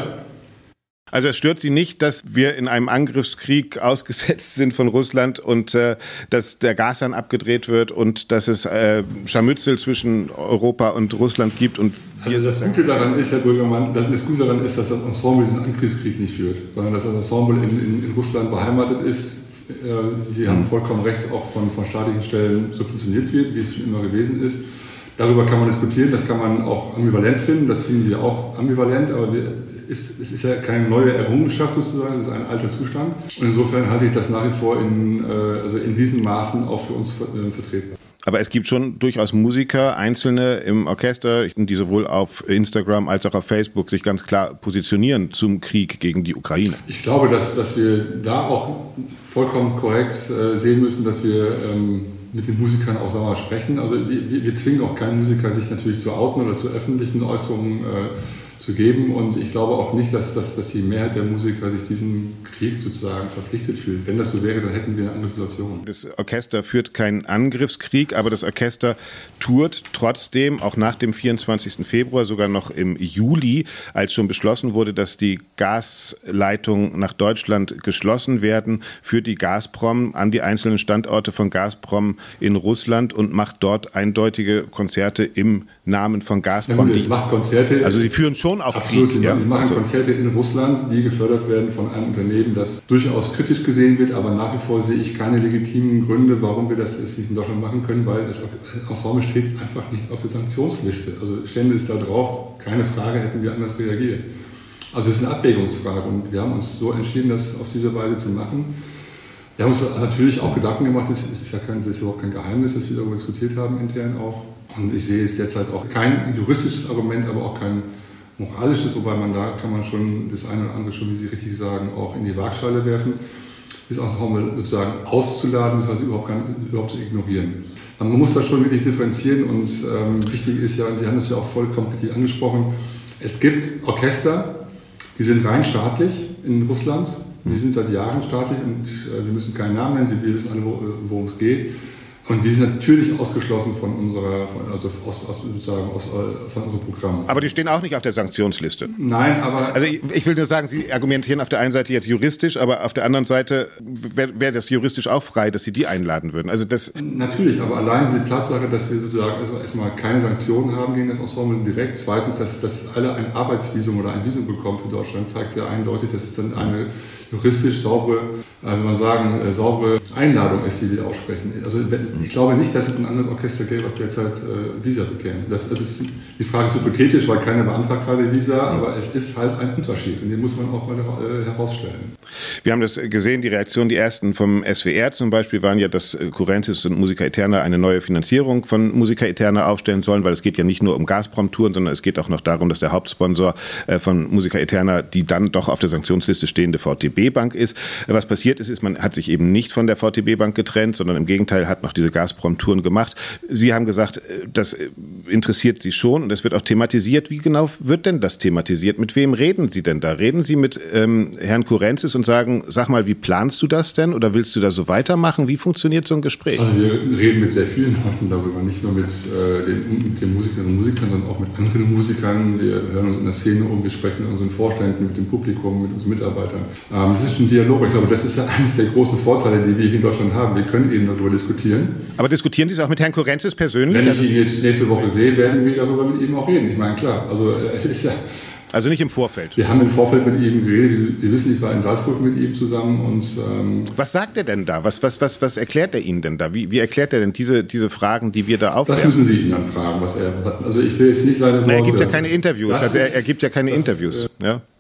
Also es stört Sie nicht, dass wir in einem Angriffskrieg ausgesetzt sind von Russland und äh, dass der Gashahn abgedreht wird und dass es äh, Scharmützel zwischen Europa und Russland gibt und wir also das Gute daran ist, Herr Bürgermann, das, das Gute daran ist, dass das Ensemble diesen Angriffskrieg nicht führt, sondern dass das Ensemble in, in, in Russland beheimatet ist. Äh, Sie haben vollkommen recht, auch von, von staatlichen Stellen so funktioniert wird, wie es schon immer gewesen ist. Darüber kann man diskutieren, das kann man auch ambivalent finden, das finden wir auch ambivalent, aber wir, ist, es ist ja keine neue Errungenschaft sozusagen, es ist ein alter Zustand. Und insofern halte ich das nach wie vor in, also in diesen Maßen auch für uns vertretbar. Aber es gibt schon durchaus Musiker, Einzelne im Orchester, die sowohl auf Instagram als auch auf Facebook sich ganz klar positionieren zum Krieg gegen die Ukraine. Ich glaube, dass, dass wir da auch vollkommen korrekt sehen müssen, dass wir mit den Musikern auch sagen wir mal, sprechen. Also wir, wir zwingen auch keinen Musiker, sich natürlich zu outen oder zu öffentlichen Äußerungen äh, zu geben. Und ich glaube auch nicht, dass, dass, dass die Mehrheit der Musiker sich diesem Krieg sozusagen verpflichtet fühlt. Wenn das so wäre, dann hätten wir eine andere Situation. Das Orchester führt keinen Angriffskrieg, aber das Orchester tourt trotzdem, auch nach dem vierundzwanzigsten Februar, sogar noch im Juli, als schon beschlossen wurde, dass die Gasleitungen nach Deutschland geschlossen werden, führt die Gazprom an die einzelnen Standorte von Gazprom in Russland und macht dort eindeutige Konzerte im Namen von Gazprom. Ja, gut, es macht Konzerte. Also sie führen schon auch Absolut, Krieg. Sie, Ja? sie machen also. Konzerte in Russland, die gefördert werden von einem Unternehmen, das durchaus kritisch gesehen wird, aber nach wie vor sehe ich keine legitimen Gründe, warum wir das jetzt nicht in Deutschland machen können, weil das Ensemble steht einfach nicht auf der Sanktionsliste. Also stände es da drauf, keine Frage, hätten wir anders reagiert. Also es ist eine Abwägungsfrage und wir haben uns so entschieden, das auf diese Weise zu machen. Wir haben uns natürlich auch Gedanken gemacht, es ist ja kein, das ist überhaupt kein Geheimnis, dass wir darüber diskutiert haben, intern auch. Und ich sehe es jetzt halt auch kein juristisches Argument, aber auch kein moralisches, wobei man da kann man schon das eine oder andere schon, wie Sie richtig sagen, auch in die Waagschale werfen, das Ensemble sozusagen auszuladen, das heißt überhaupt, gar, überhaupt zu ignorieren. Man muss das schon wirklich differenzieren und ähm, wichtig ist ja, und Sie haben das ja auch vollkommen richtig angesprochen, es gibt Orchester, die sind rein staatlich in Russland, die sind seit Jahren staatlich und äh, wir müssen keinen Namen nennen, wir wissen alle, worum es geht. Und die sind natürlich ausgeschlossen von unserer, von, also aus, aus, sozusagen aus, von unserem Programm. Aber die stehen auch nicht auf der Sanktionsliste. Nein, aber... Also ich, ich will nur sagen, Sie argumentieren auf der einen Seite jetzt juristisch, aber auf der anderen Seite wäre wär das juristisch auch frei, dass Sie die einladen würden. Also das natürlich, aber allein diese Tatsache, dass wir sozusagen also erstmal keine Sanktionen haben gegen das Ensemble direkt, zweitens, dass, dass alle ein Arbeitsvisum oder ein Visum bekommen für Deutschland, zeigt ja eindeutig, dass es dann eine juristisch saubere, also man sagen, äh, saubere Einladung ist, die wir aussprechen. Also ich glaube nicht, dass es ein anderes Orchester gäbe, was derzeit äh, Visa bekäme. Das, das ist, die Frage ist hypothetisch, weil keiner beantragt gerade Visa, aber es ist halt ein Unterschied und den muss man auch mal äh, herausstellen. Wir haben das gesehen, die Reaktion, die ersten vom S W R zum Beispiel waren ja, dass Currentis und Musica Eterna eine neue Finanzierung von Musica Eterna aufstellen sollen, weil es geht ja nicht nur um Gazprom-Touren, sondern es geht auch noch darum, dass der Hauptsponsor äh, von Musica Eterna die dann doch auf der Sanktionsliste stehende V T B-Bank ist. Was passiert ist, ist, man hat sich eben nicht von der V T B-Bank getrennt, sondern im Gegenteil hat noch diese Gazprom-Touren gemacht. Sie haben gesagt, das interessiert Sie schon und es wird auch thematisiert. Wie genau wird denn das thematisiert? Mit wem reden Sie denn da? Reden Sie mit ähm, Herrn Currentis und sagen, sag mal, wie planst du das denn oder willst du da so weitermachen? Wie funktioniert so ein Gespräch? Also wir reden mit sehr vielen Leuten darüber, nicht nur mit, äh, den, mit den Musikerinnen und Musikern, sondern auch mit anderen Musikern. Wir hören uns in der Szene um, wir sprechen mit unseren Vorständen, mit dem Publikum, mit unseren Mitarbeitern. Ähm, das ist ein Dialog. Ich glaube, das ist ja eines der großen Vorteile, die wir hier in Deutschland haben. Wir können eben darüber diskutieren. Aber diskutieren Sie es auch mit Herrn Currentis persönlich? Wenn ich ihn jetzt nächste Woche sehe, werden wir darüber mit ihm auch reden. Ich meine, klar, also äh, ist ja... Also nicht im Vorfeld? Wir haben im Vorfeld mit ihm geredet. Sie wissen, ich war in Salzburg mit ihm zusammen. Und, ähm was sagt er denn da? Was, was, was, was erklärt er Ihnen denn da? Wie, wie erklärt er denn diese, diese Fragen, die wir da aufwerfen? Das müssen Sie ihn dann fragen. Was er, also ich will jetzt nicht seine Worte... Na, er gibt ja keine Interviews. Das also er, ist, er gibt ja keine das, Interviews. Äh, ja.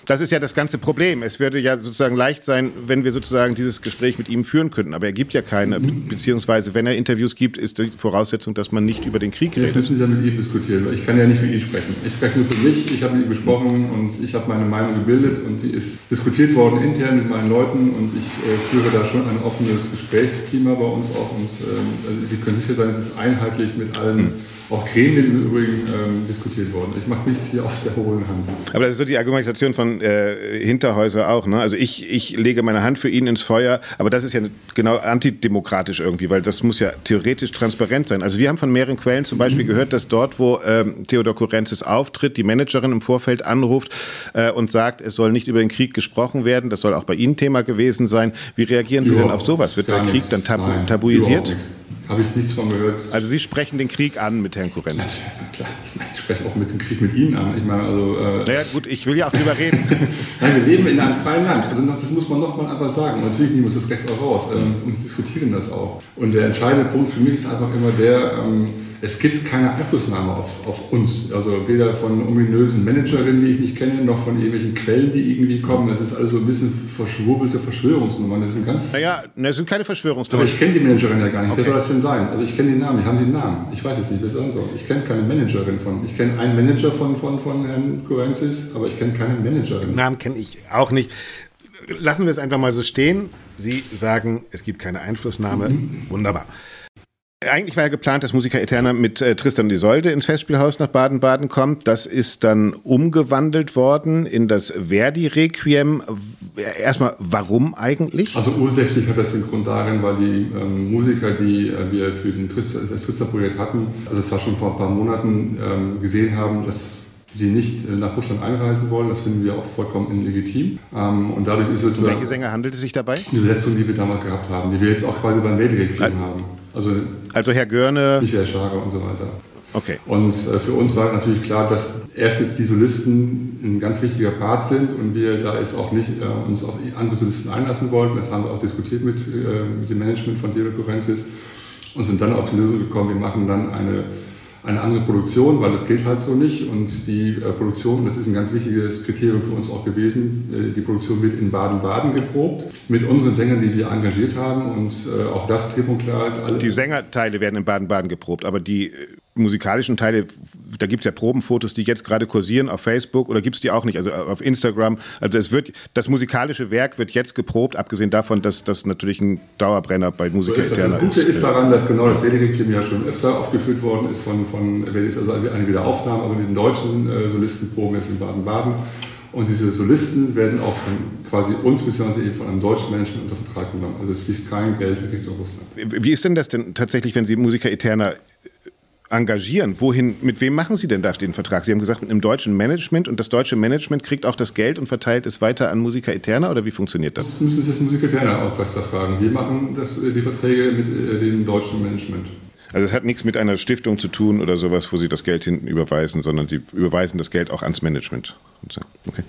Das ist ja das ganze Problem. Es würde ja sozusagen leicht sein, wenn wir sozusagen dieses Gespräch mit ihm führen könnten. Aber er gibt ja keine, beziehungsweise wenn er Interviews gibt, ist die Voraussetzung, dass man nicht über den Krieg redet. Jetzt müssen Sie ja mit ihm diskutieren. Ich kann ja nicht für ihn sprechen. Ich spreche nur für mich. Ich habe mit ihm gesprochen und ich habe meine Meinung gebildet und die ist diskutiert worden intern mit meinen Leuten und ich äh, führe da schon ein offenes Gesprächsklima bei uns auch. Und äh, also Sie können sicher sein, es ist einheitlich mit allen, hm. auch Gremien im Übrigen, ähm, diskutiert worden. Ich mache nichts hier aus der hohlen Hand. Aber das ist so die Argumentation von äh, Hinterhäuser auch. Ne? Also ich, ich lege meine Hand für ihn ins Feuer, aber das ist ja genau antidemokratisch irgendwie, weil das muss ja theoretisch transparent sein. Also wir haben von mehreren Quellen zum Beispiel mhm. gehört, dass dort, wo ähm, Theodor Kurenzis auftritt, die Managerin im Vorfeld anruft äh, und sagt, es soll nicht über den Krieg gesprochen werden. Das soll auch bei Ihnen Thema gewesen sein. Wie reagieren Sie überhaupt denn auf sowas? Wird der Krieg nichts. dann tabu- Nein, tabuisiert? Habe ich nichts von gehört. Also Sie sprechen den Krieg an mit Herrn Kurenzis? Ja, klar, ich, meine, ich spreche auch mit dem Krieg mit Ihnen an. Ich meine, also, äh naja gut, ich will ja auch drüber reden. Nein, wir leben in einem freien Land. Also das muss man noch mal einfach sagen. Natürlich nehmen wir das Recht auch raus ähm, und diskutieren das auch. Und der entscheidende Punkt für mich ist einfach immer der, ähm, es gibt keine Einflussnahme auf, auf uns. Also weder von ominösen Managerinnen, die ich nicht kenne, noch von irgendwelchen Quellen, die irgendwie kommen. Das ist also ein bisschen verschwurbelte Verschwörungsnummern. Das sind ganz... Naja, das sind keine Verschwörungsnummern. Aber ich kenne die Managerin ja gar nicht. Okay. Wer soll das denn sein? Also ich kenne den Namen, ich habe den Namen. Ich weiß es nicht, wer es sein soll. Ich kenne keine Managerin von... Ich kenne einen Manager von, von, von Herrn Kurenzis, aber ich kenne keine Managerin. Den Namen kenne ich auch nicht. Lassen wir es einfach mal so stehen. Sie sagen, es gibt keine Einflussnahme. Mhm. Wunderbar. Eigentlich war ja geplant, dass Musica Eterna mit äh, Tristan und Isolde ins Festspielhaus nach Baden-Baden kommt. Das ist dann umgewandelt worden in das Verdi-Requiem. Erstmal, warum eigentlich? Also ursächlich hat das den Grund darin, weil die ähm, Musiker, die äh, wir für den Tristan, das Tristan-Projekt hatten, also das war schon vor ein paar Monaten, ähm, gesehen haben, dass sie nicht äh, nach Russland einreisen wollen. Das finden wir auch vollkommen legitim. Ähm, und dadurch ist sozusagen... Um welche Sänger handelt es sich dabei? Die Besetzung, die wir damals gehabt haben, die wir jetzt auch quasi beim Verdi-Requiem also, haben. Also, also Herr Görne... Michael Schager und so weiter. Okay. Und äh, für uns war natürlich klar, dass erstens die Solisten ein ganz wichtiger Part sind und wir da jetzt auch nicht äh, uns auf andere Solisten einlassen wollten. Das haben wir auch diskutiert mit, äh, mit dem Management von Theodor Kurenzis und sind dann auf die Lösung gekommen, wir machen dann eine, eine andere Produktion, weil das geht halt so nicht. Und die äh, Produktion, das ist ein ganz wichtiges Kriterium für uns auch gewesen, äh, die Produktion wird in Baden-Baden geprobt, mit unseren Sängern, die wir engagiert haben. Und äh, auch das klipp und klar. Alle die Sängerteile werden in Baden-Baden geprobt, aber die äh, musikalischen Teile, da gibt es ja Probenfotos, die jetzt gerade kursieren auf Facebook, oder gibt es die auch nicht, also auf Instagram. Also es wird, das musikalische Werk wird jetzt geprobt, abgesehen davon, dass das natürlich ein Dauerbrenner bei Musica Eterna ist. Das Gute ist daran, dass genau das Verdi-Requiem ja schon öfter aufgeführt worden ist von, von Verdi, also eine Wiederaufnahme, aber mit den deutschen äh, Solistenproben jetzt in Baden-Baden. Und diese Solisten werden auch von quasi uns bzw. eben von einem deutschen Management unter Vertrag genommen. Also es fließt kein Geld in Richtung Russland. Wie ist denn das denn tatsächlich, wenn Sie Musica Eterna engagieren? Wohin, mit wem machen Sie denn da den Vertrag? Sie haben gesagt, mit einem deutschen Management, und das deutsche Management kriegt auch das Geld und verteilt es weiter an Musica Eterna, oder wie funktioniert das? Das müssen Sie das Musica Eterna Orchester fragen. Wir machen das, die Verträge mit dem deutschen Management. Also es hat nichts mit einer Stiftung zu tun oder sowas, wo Sie das Geld hinten überweisen, sondern Sie überweisen das Geld auch ans Management. Okay.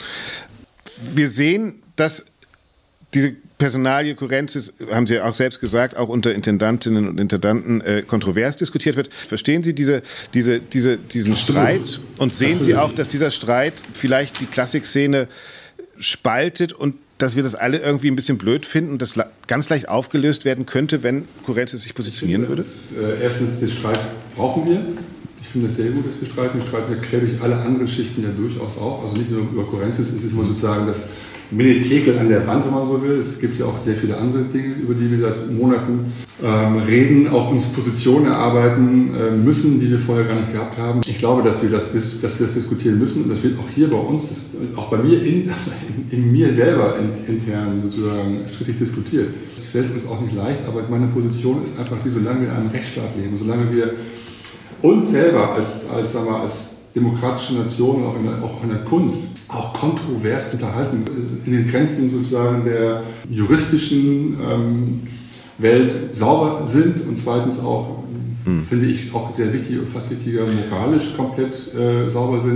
Wir sehen, dass diese Personalie Kurenzis, haben Sie auch selbst gesagt, auch unter Intendantinnen und Intendanten äh, kontrovers diskutiert wird. Verstehen Sie diese, diese, diese, diesen Absolut. Streit und sehen Absolut. Sie auch, dass dieser Streit vielleicht die Klassikszene spaltet und dass wir das alle irgendwie ein bisschen blöd finden und das ganz leicht aufgelöst werden könnte, wenn Kurenzis sich positionieren finde, würde? Ist, äh, erstens, den Streit brauchen wir. Ich finde es sehr gut, dass wir streiten. Wir streiten ja quer durch alle anderen Schichten ja durchaus auch. Also nicht nur über Kurenzis, es ist immer sozusagen das Mini-Tekel an der Wand, wenn man so will. Es gibt ja auch sehr viele andere Dinge, über die wir seit Monaten ähm, reden, auch uns Positionen erarbeiten äh, müssen, die wir vorher gar nicht gehabt haben. Ich glaube, dass wir das, dass wir das diskutieren müssen und das wird auch hier bei uns, das, auch bei mir, in, in, in mir selber intern sozusagen strittig diskutiert. Das fällt uns auch nicht leicht, aber meine Position ist einfach die, solange wir in einem Rechtsstaat leben, solange wir uns selber als, als, sagen wir, als demokratische Nation, auch in, der, auch in der Kunst, auch kontrovers unterhalten, in den Grenzen sozusagen der juristischen ähm, Welt sauber sind und zweitens auch, hm. finde ich, auch sehr wichtig und fast wichtiger, moralisch komplett äh, sauber sind,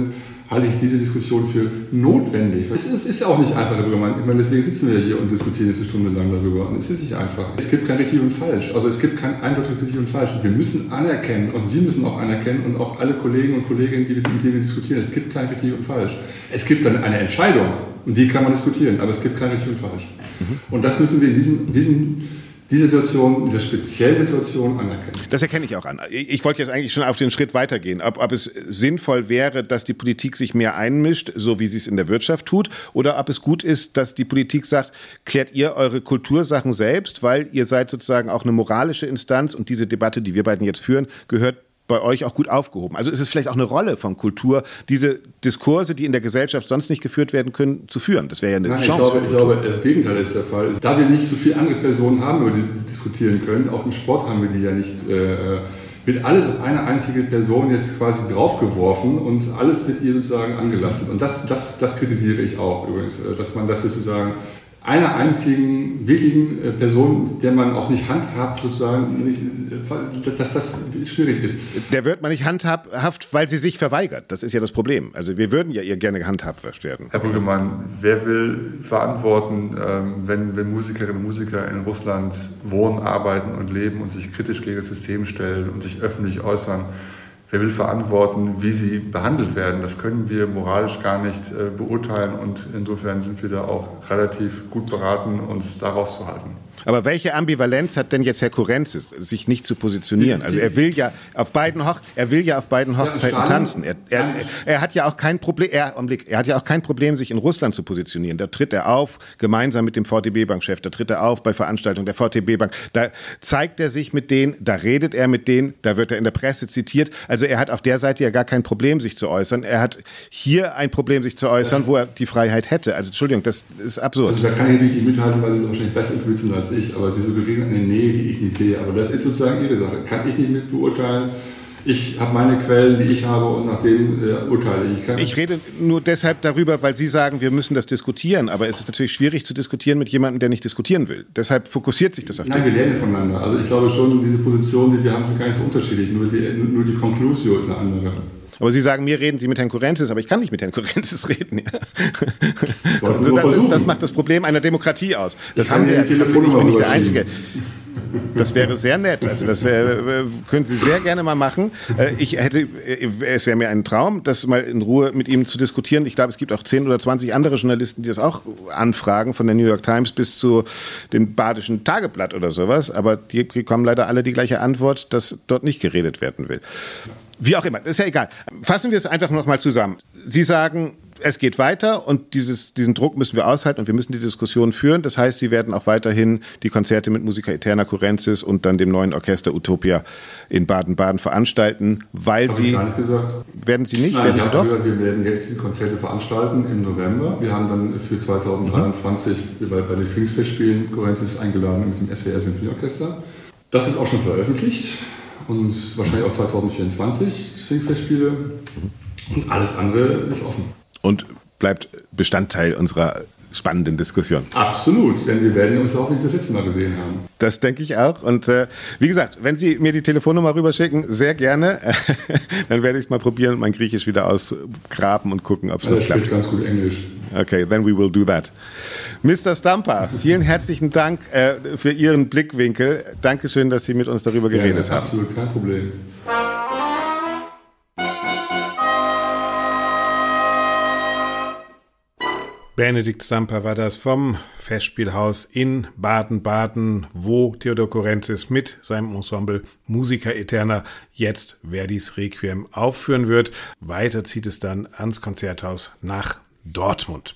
halte ich diese Diskussion für notwendig. Es ist, ist auch nicht einfach darüber. Ich meine, deswegen sitzen wir hier und diskutieren jetzt eine Stunde lang darüber. Und es ist nicht einfach. Es gibt kein richtig und falsch. Also es gibt kein eindeutig richtig und falsch. Wir müssen anerkennen, und Sie müssen auch anerkennen, und auch alle Kollegen und Kolleginnen, die, mit denen wir diskutieren, es gibt kein richtig und falsch. Es gibt dann eine Entscheidung, und die kann man diskutieren, aber es gibt kein richtig und falsch. Mhm. Und das müssen wir in diesem, diesem diese Situation, diese spezielle Situation anerkennen. Das erkenne ich auch an. Ich wollte jetzt eigentlich schon auf den Schritt weitergehen. Ob, ob es sinnvoll wäre, dass die Politik sich mehr einmischt, so wie sie es in der Wirtschaft tut, oder ob es gut ist, dass die Politik sagt, klärt ihr eure Kultursachen selbst, weil ihr seid sozusagen auch eine moralische Instanz und diese Debatte, die wir beiden jetzt führen, gehört bei euch auch gut aufgehoben. Also ist es vielleicht auch eine Rolle von Kultur, diese Diskurse, die in der Gesellschaft sonst nicht geführt werden können, zu führen. Das wäre ja eine Nein, Chance. Ich glaube, ich glaube, das Gegenteil ist der Fall. Da wir nicht so viele andere Personen haben, über die wir diskutieren können, auch im Sport haben wir die ja nicht, äh, wird alles auf eine einzige Person jetzt quasi draufgeworfen und alles wird ihr sozusagen angelastet. Und das, das, das kritisiere ich auch übrigens, dass man das sozusagen einer einzigen wirklichen Person, der man auch nicht handhabt, sozusagen, nicht, dass das schwierig ist. Der wird man nicht handhabt, weil sie sich verweigert. Das ist ja das Problem. Also wir würden ja ihr gerne gehandhabt werden. Herr Brüggemann, wer will verantworten, wenn, wenn Musikerinnen und Musiker in Russland wohnen, arbeiten und leben und sich kritisch gegen das System stellen und sich öffentlich äußern? Wer will verantworten, wie sie behandelt werden? Das können wir moralisch gar nicht äh, beurteilen und insofern sind wir da auch relativ gut beraten, uns da rauszuhalten. Aber welche Ambivalenz hat denn jetzt Herr Kurenzis, sich nicht zu positionieren? Sie, also er will ja auf beiden Hoch, er will ja auf beiden Hochzeiten ja, tanzen. Er, er, er hat ja auch kein Problem, er, er hat ja auch kein Problem, sich in Russland zu positionieren. Da tritt er auf, gemeinsam mit dem V T B-Bank-Chef, da tritt er auf bei Veranstaltungen der V T B-Bank. Da zeigt er sich mit denen, da redet er mit denen, da wird er in der Presse zitiert. Also er hat auf der Seite ja gar kein Problem, sich zu äußern. Er hat hier ein Problem, sich zu äußern, wo er die Freiheit hätte. Also Entschuldigung, das ist absurd. Also da kann ich nicht mithalten, weil Sie wahrscheinlich besser informiert sind als ich, aber Sie suggerieren eine Nähe, die ich nicht sehe. Aber das ist sozusagen Ihre Sache. Kann ich nicht mit beurteilen. Ich habe meine Quellen, die ich habe, und nach denen äh, urteile ich. Kann ich rede nur deshalb darüber, weil Sie sagen, wir müssen das diskutieren. Aber es ist natürlich schwierig zu diskutieren mit jemandem, der nicht diskutieren will. Deshalb fokussiert sich das auf Nein, den. wir lernen voneinander. Also ich glaube schon, diese Positionen, die wir haben, sind gar nicht so unterschiedlich. Nur die, nur die Conclusio ist eine andere. Aber Sie sagen, mir reden Sie mit Herrn Kurenzis, aber ich kann nicht mit Herrn Kurenzis reden. Ja. Also das, ist, das macht das Problem einer Demokratie aus. Das ich haben wir. Ich bin nicht der Einzige. Das wäre sehr nett. Also das wäre, können Sie sehr gerne mal machen. Ich hätte, es wäre mir ein Traum, das mal in Ruhe mit ihm zu diskutieren. Ich glaube, es gibt auch zehn oder zwanzig andere Journalisten, die das auch anfragen, von der New York Times bis zu dem Badischen Tageblatt oder sowas. Aber die bekommen leider alle die gleiche Antwort, dass dort nicht geredet werden will. Wie auch immer, das ist ja egal. Fassen wir es einfach noch mal zusammen. Sie sagen, es geht weiter und dieses, diesen Druck müssen wir aushalten und wir müssen die Diskussion führen. Das heißt, Sie werden auch weiterhin die Konzerte mit Musica Eterna Kurenzis und dann dem neuen Orchester Utopia in Baden-Baden veranstalten, weil Hab Sie... Ich gar nicht gesagt. Werden Sie nicht? Nein, werden ich Sie habe doch? Gesagt, wir werden jetzt die Konzerte veranstalten im November. Wir haben dann für zwanzig dreiundzwanzig mhm. bei, bei den Pfingstfestspielen Kurenzis eingeladen mit dem S W R Sinfonieorchester. Das ist auch schon veröffentlicht. Und wahrscheinlich auch zwanzig vierundzwanzig Pfingstfestspiele. Und alles andere ist offen. Und bleibt Bestandteil unserer spannenden Diskussion. Absolut, denn wir werden uns auch nicht das letzte Mal gesehen haben. Das denke ich auch. Und äh, wie gesagt, wenn Sie mir die Telefonnummer rüberschicken, sehr gerne. Dann werde ich es mal probieren und mein Griechisch wieder ausgraben und gucken, ob es noch klappt. Er spricht ganz gut Englisch. Okay, then we will do that. Mister Stampa, vielen herzlichen Dank äh, für Ihren Blickwinkel. Dankeschön, dass Sie mit uns darüber geredet ja, haben. Absolut, kein Problem. Benedikt Stampa war das vom Festspielhaus in Baden-Baden, wo Theodor Kurenzis mit seinem Ensemble Musica Eterna jetzt Verdis Requiem aufführen wird. Weiter zieht es dann ans Konzerthaus nach Dortmund.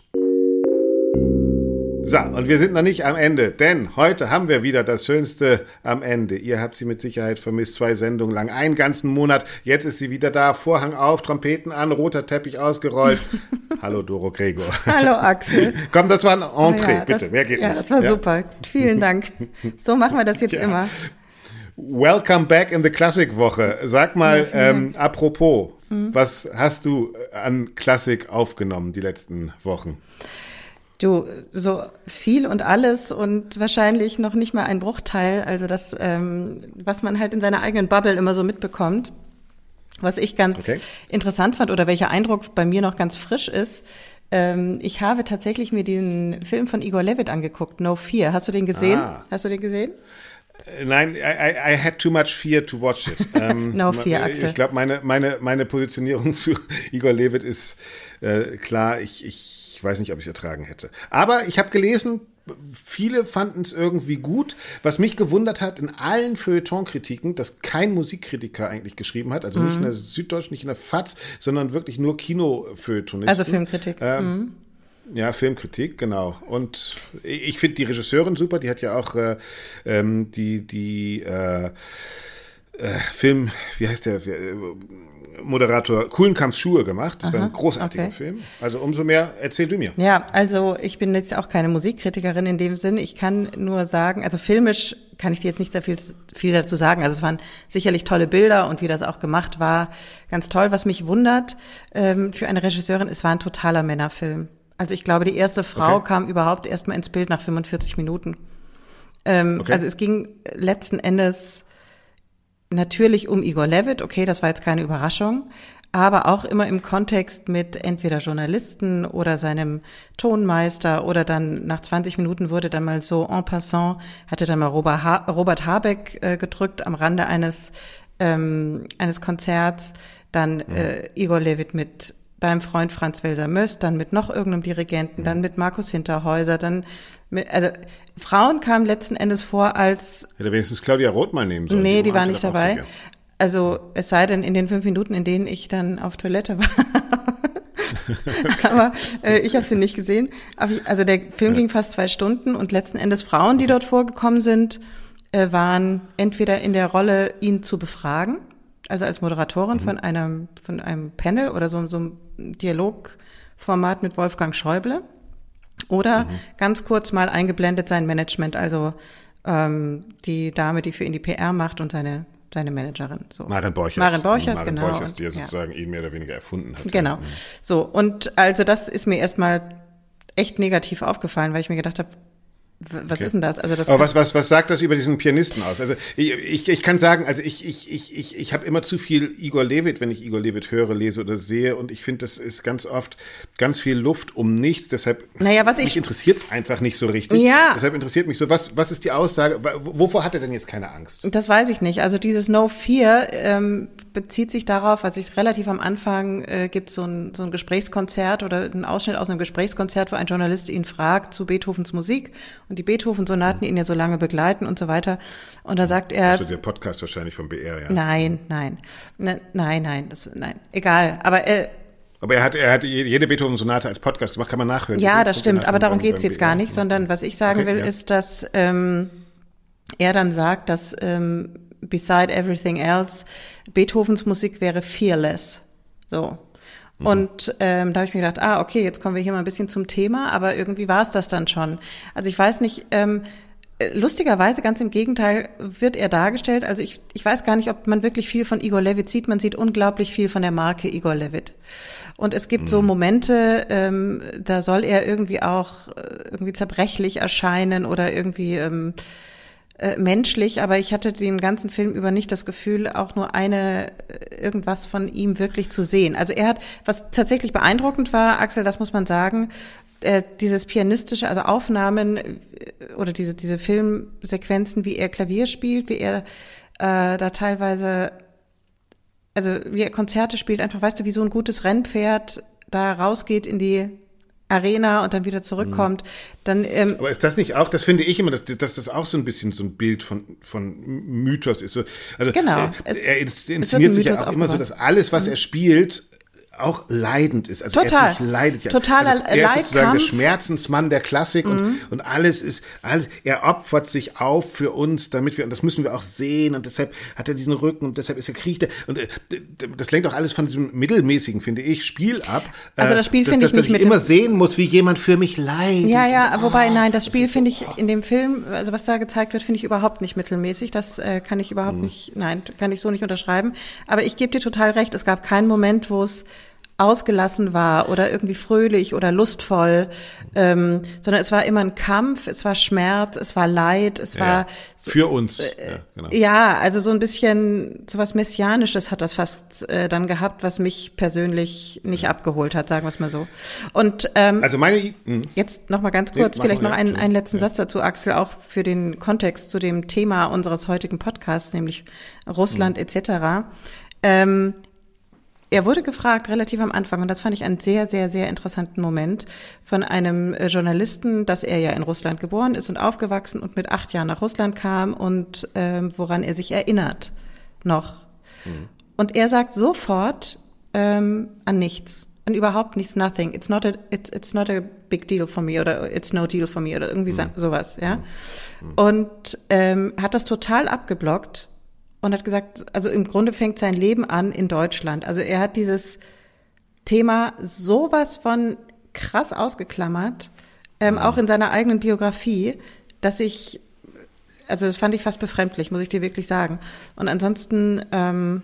So, und wir sind noch nicht am Ende, denn heute haben wir wieder das Schönste am Ende. Ihr habt sie mit Sicherheit vermisst, zwei Sendungen lang, einen ganzen Monat. Jetzt ist sie wieder da, Vorhang auf, Trompeten an, roter Teppich ausgerollt. Hallo Doro Gregor. Hallo Axel. Komm, das war ein Entree, ja, das, bitte, mehr geht ja, nicht. Das war ja? super, vielen Dank. So machen wir das jetzt ja. immer. Welcome back in the Klassik-Woche. Sag mal, ja, ähm, apropos, hm? was hast du an Klassik aufgenommen die letzten Wochen? Du, so viel und alles und wahrscheinlich noch nicht mal ein Bruchteil, also das, ähm, was man halt in seiner eigenen Bubble immer so mitbekommt. Was ich ganz okay. interessant fand oder welcher Eindruck bei mir noch ganz frisch ist, ähm, ich habe tatsächlich mir den Film von Igor Levit angeguckt, No Fear. Hast du den gesehen? Ah. Hast du den gesehen? Nein, I, I, I had too much fear to watch it. Ähm, No fear, Axel. Ich glaube, meine, meine, meine Positionierung zu Igor Levit ist äh, klar, ich, ich weiß nicht, ob ich es ertragen hätte. Aber ich habe gelesen, viele fanden es irgendwie gut. Was mich gewundert hat, in allen Feuilleton-Kritiken, dass kein Musikkritiker eigentlich geschrieben hat, also mhm. nicht in der Süddeutschen, nicht in der F A Z, sondern wirklich nur Kinofeuilletonisten. Also Filmkritik. Ähm, mhm. Ja, Filmkritik, genau. Und ich finde die Regisseurin super, die hat ja auch äh, ähm, die, die äh, äh, Film, wie heißt der, äh, Moderator, Kuhlenkamps Schuhe gemacht. Das Aha, war ein großartiger okay. Film. Also umso mehr, erzähl du mir. Ja, also ich bin jetzt auch keine Musikkritikerin in dem Sinn. Ich kann nur sagen, also filmisch kann ich dir jetzt nicht sehr viel, viel dazu sagen. Also es waren sicherlich tolle Bilder und wie das auch gemacht war, ganz toll. Was mich wundert ähm, für eine Regisseurin, es war ein totaler Männerfilm. Also ich glaube, die erste Frau okay. kam überhaupt erst mal ins Bild nach fünfundvierzig Minuten. Ähm, okay. Also es ging letzten Endes natürlich um Igor Levit, okay, das war jetzt keine Überraschung, aber auch immer im Kontext mit entweder Journalisten oder seinem Tonmeister oder dann nach zwanzig Minuten wurde dann mal so en passant, hatte dann mal Robert, ha- Robert Habeck äh, gedrückt am Rande eines ähm, eines Konzerts, dann mhm. äh, Igor Levit mit deinem Freund Franz Welser-Möst, dann mit noch irgendeinem Dirigenten, dann mit Markus Hinterhäuser, dann mit, also Frauen kamen letzten Endes vor als... Hätte wenigstens Claudia Roth mal nehmen sollen. Nee, die, die war nicht dabei. Also es sei denn in den fünf Minuten, in denen ich dann auf Toilette war. Aber äh, ich habe sie nicht gesehen. Aber ich, also der Film ja. ging fast zwei Stunden und letzten Endes Frauen, die dort vorgekommen sind, äh, waren entweder in der Rolle, ihn zu befragen, also als Moderatorin mhm. von einem von einem Panel oder so, so einem Dialogformat mit Wolfgang Schäuble. Oder mhm. ganz kurz mal eingeblendet sein Management, also ähm, die Dame, die für ihn die P R macht und seine seine Managerin. So. Maren Borchers. Maren Borchers, Maren genau. Borchers, die ja und, sozusagen ja. ihn mehr oder weniger erfunden hat. Genau. Mhm. So, und also das ist mir erstmal echt negativ aufgefallen, weil ich mir gedacht habe, was okay. ist denn das? Also das Aber was, was, was sagt das über diesen Pianisten aus? Also ich, ich, ich kann sagen, also ich, ich, ich, ich, ich habe immer zu viel Igor Levit, wenn ich Igor Levit höre, lese oder sehe, und ich finde, das ist ganz oft ganz viel Luft um nichts. Deshalb naja, was mich ich interessiert es einfach nicht so richtig. Ja. Deshalb interessiert mich so, was, was ist die Aussage? Wovor hat er denn jetzt keine Angst? Das weiß ich nicht. Also dieses No Fear ähm, bezieht sich darauf, also ich relativ am Anfang äh, gibt so ein so ein Gesprächskonzert oder einen Ausschnitt aus einem Gesprächskonzert, wo ein Journalist ihn fragt zu Beethovens Musik und die Beethoven-Sonaten ihn ja so lange begleiten und so weiter. Und da sagt er... Also der Podcast wahrscheinlich vom B R, ja. Nein, nein, nein, nein, nein, das, nein, egal. Aber äh, aber er hat, er hat jede Beethoven-Sonate als Podcast gemacht, kann man nachhören. Ja, das stimmt, aber darum geht's jetzt gar nicht, sondern was ich sagen will, ist, dass ähm, er dann sagt, dass ähm, beside everything else Beethovens Musik wäre fearless. So. Mhm. Und ähm, da habe ich mir gedacht, ah, okay, jetzt kommen wir hier mal ein bisschen zum Thema, aber irgendwie war es das dann schon. Also ich weiß nicht, ähm, lustigerweise, ganz im Gegenteil, wird er dargestellt. Also ich, ich weiß gar nicht, ob man wirklich viel von Igor Levit sieht. Man sieht unglaublich viel von der Marke Igor Levit. Und es gibt mhm. so Momente, ähm, da soll er irgendwie auch äh, irgendwie zerbrechlich erscheinen oder irgendwie ähm, äh, menschlich. Aber ich hatte den ganzen Film über nicht das Gefühl, auch nur eine äh, irgendwas von ihm wirklich zu sehen. Also er hat, was tatsächlich beeindruckend war, Axel, das muss man sagen, äh, dieses pianistische, also Aufnahmen äh, oder diese diese Filmsequenzen, wie er Klavier spielt, wie er äh, da teilweise, also wie er Konzerte spielt, einfach, weißt du, wie so ein gutes Rennpferd da rausgeht in die Arena und dann wieder zurückkommt, dann ähm, aber ist das nicht auch, das finde ich immer, dass, dass das auch so ein bisschen so ein Bild von von Mythos ist. So, also genau. er, er inszeniert sich ja auch immer so, dass alles, was mhm. er spielt, auch leidend ist. Also Total. Er leidet ja. Totaler also er ist sozusagen der Leidkampf. Schmerzensmann der Klassik und, Mhm. und alles ist, alles, er opfert sich auf für uns, damit wir, und das müssen wir auch sehen, und deshalb hat er diesen Rücken und deshalb ist er kriecht er, und äh, das lenkt auch alles von diesem mittelmäßigen, finde ich, Spiel ab. Also das Spiel dass, finde ich dass, nicht dass ich immer sehen muss, wie jemand für mich leidet. Ja, ja, wobei, nein, das Spiel das finde so, ich in dem Film, also was da gezeigt wird, finde ich überhaupt nicht mittelmäßig. Das äh, kann ich überhaupt Mhm. nicht, nein, kann ich so nicht unterschreiben. Aber ich gebe dir total recht, es gab keinen Moment, wo es ausgelassen war oder irgendwie fröhlich oder lustvoll, ähm, sondern es war immer ein Kampf, es war Schmerz, es war Leid, es ja, war so, für uns. Äh, ja, genau. ja, also so ein bisschen so was Messianisches hat das fast äh, dann gehabt, was mich persönlich nicht abgeholt hat, sagen wir es mal so. Und ähm, also meine mh. jetzt noch mal ganz kurz, nee, vielleicht noch ja, einen, einen letzten ja. Satz dazu, Axel, auch für den Kontext zu dem Thema unseres heutigen Podcasts, nämlich Russland mhm. et cetera. Ähm, Er wurde gefragt, relativ am Anfang, und das fand ich einen sehr, sehr, sehr interessanten Moment, von einem Journalisten, dass er ja in Russland geboren ist und aufgewachsen und mit acht Jahren nach Russland kam und ähm, woran er sich erinnert noch. Mhm. Und er sagt sofort ähm, an nichts, an überhaupt nichts, nothing. It's not a, it's, it's not a big deal for me oder it's no deal for me oder irgendwie mhm. sowas, ja. Mhm. Und ähm, hat das total abgeblockt. Und hat gesagt, also im Grunde fängt sein Leben an in Deutschland. Also er hat dieses Thema sowas von krass ausgeklammert, ähm, auch in seiner eigenen Biografie, dass ich, also das fand ich fast befremdlich, muss ich dir wirklich sagen. Und ansonsten ähm,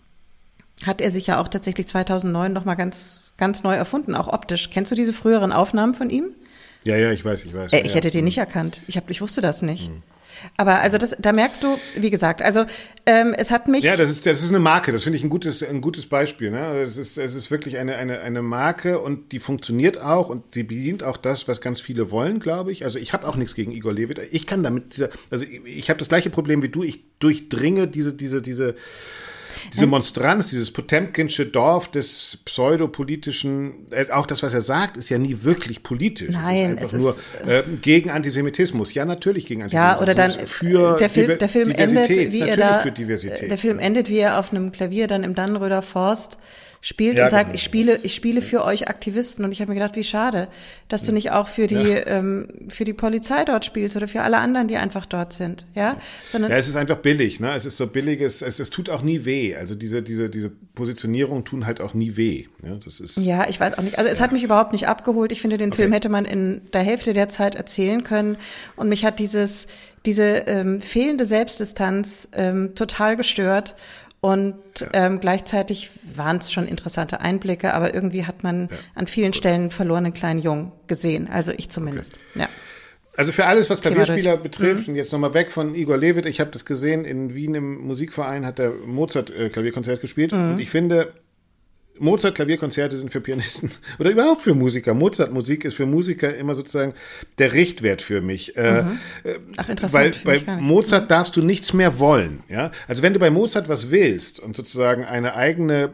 hat er sich ja auch tatsächlich zweitausendneun nochmal ganz, ganz neu erfunden, auch optisch. Kennst du diese früheren Aufnahmen von ihm? Ja, ja, ich weiß, ich weiß. Äh, ich ja. hätte den nicht erkannt. Ich hab, ich wusste das nicht. Mhm. Aber also das, da merkst du, wie gesagt, also ähm, es hat mich. Ja, das ist das ist eine Marke. Das finde ich ein gutes ein gutes Beispiel. Ne, es ist es ist wirklich eine eine eine Marke und die funktioniert auch und sie bedient auch das, was ganz viele wollen, glaube ich. Also ich habe auch nichts gegen Igor Levit. Ich kann damit dieser, also ich, ich habe das gleiche Problem wie du. Ich durchdringe diese diese diese Diese Monstranz, dieses Potemkinsche Dorf des pseudopolitischen, äh, auch das, was er sagt, ist ja nie wirklich politisch. Nein, es ist einfach es nur ist, äh, gegen Antisemitismus. Ja, natürlich gegen Antisemitismus. Ja, oder dann für der Film, Diver- der Film Diversität. endet, wie natürlich er da, für Diversität. der Film endet, wie er auf einem Klavier dann im Dannenröder Forst spielt ja, und sagt, genau. ich spiele, ich spiele für euch Aktivisten. Und ich habe mir gedacht, wie schade, dass du nicht auch für die, ja. ähm, für die Polizei dort spielst oder für alle anderen, die einfach dort sind, ja? Sondern ja, es ist einfach billig, ne? Es ist so billiges, es, es tut auch nie weh. Also diese, diese, diese Positionierungen tun halt auch nie weh. Ja, das ist. Ja, ich weiß auch nicht. Also es ja. hat mich überhaupt nicht abgeholt. Ich finde, den okay. Film hätte man in der Hälfte der Zeit erzählen können. Und mich hat dieses, diese ähm, fehlende Selbstdistanz ähm, total gestört. Und ja. ähm, gleichzeitig waren es schon interessante Einblicke, aber irgendwie hat man ja. an vielen Gut. Stellen verlorenen kleinen Jungen gesehen. Also ich zumindest. Okay. Ja. Also für alles, was Klavierspieler betrifft, mhm. und jetzt nochmal weg von Igor Levit, ich habe das gesehen, in Wien im Musikverein hat der Mozart äh, Klavierkonzert gespielt. Mhm. Und ich finde, Mozart-Klavierkonzerte sind für Pianisten oder überhaupt für Musiker. Mozart-Musik ist für Musiker immer sozusagen der Richtwert für mich. Mhm. Ach, interessant. Weil bei Mozart mhm. darfst du nichts mehr wollen. Ja? Also wenn du bei Mozart was willst und sozusagen eine eigene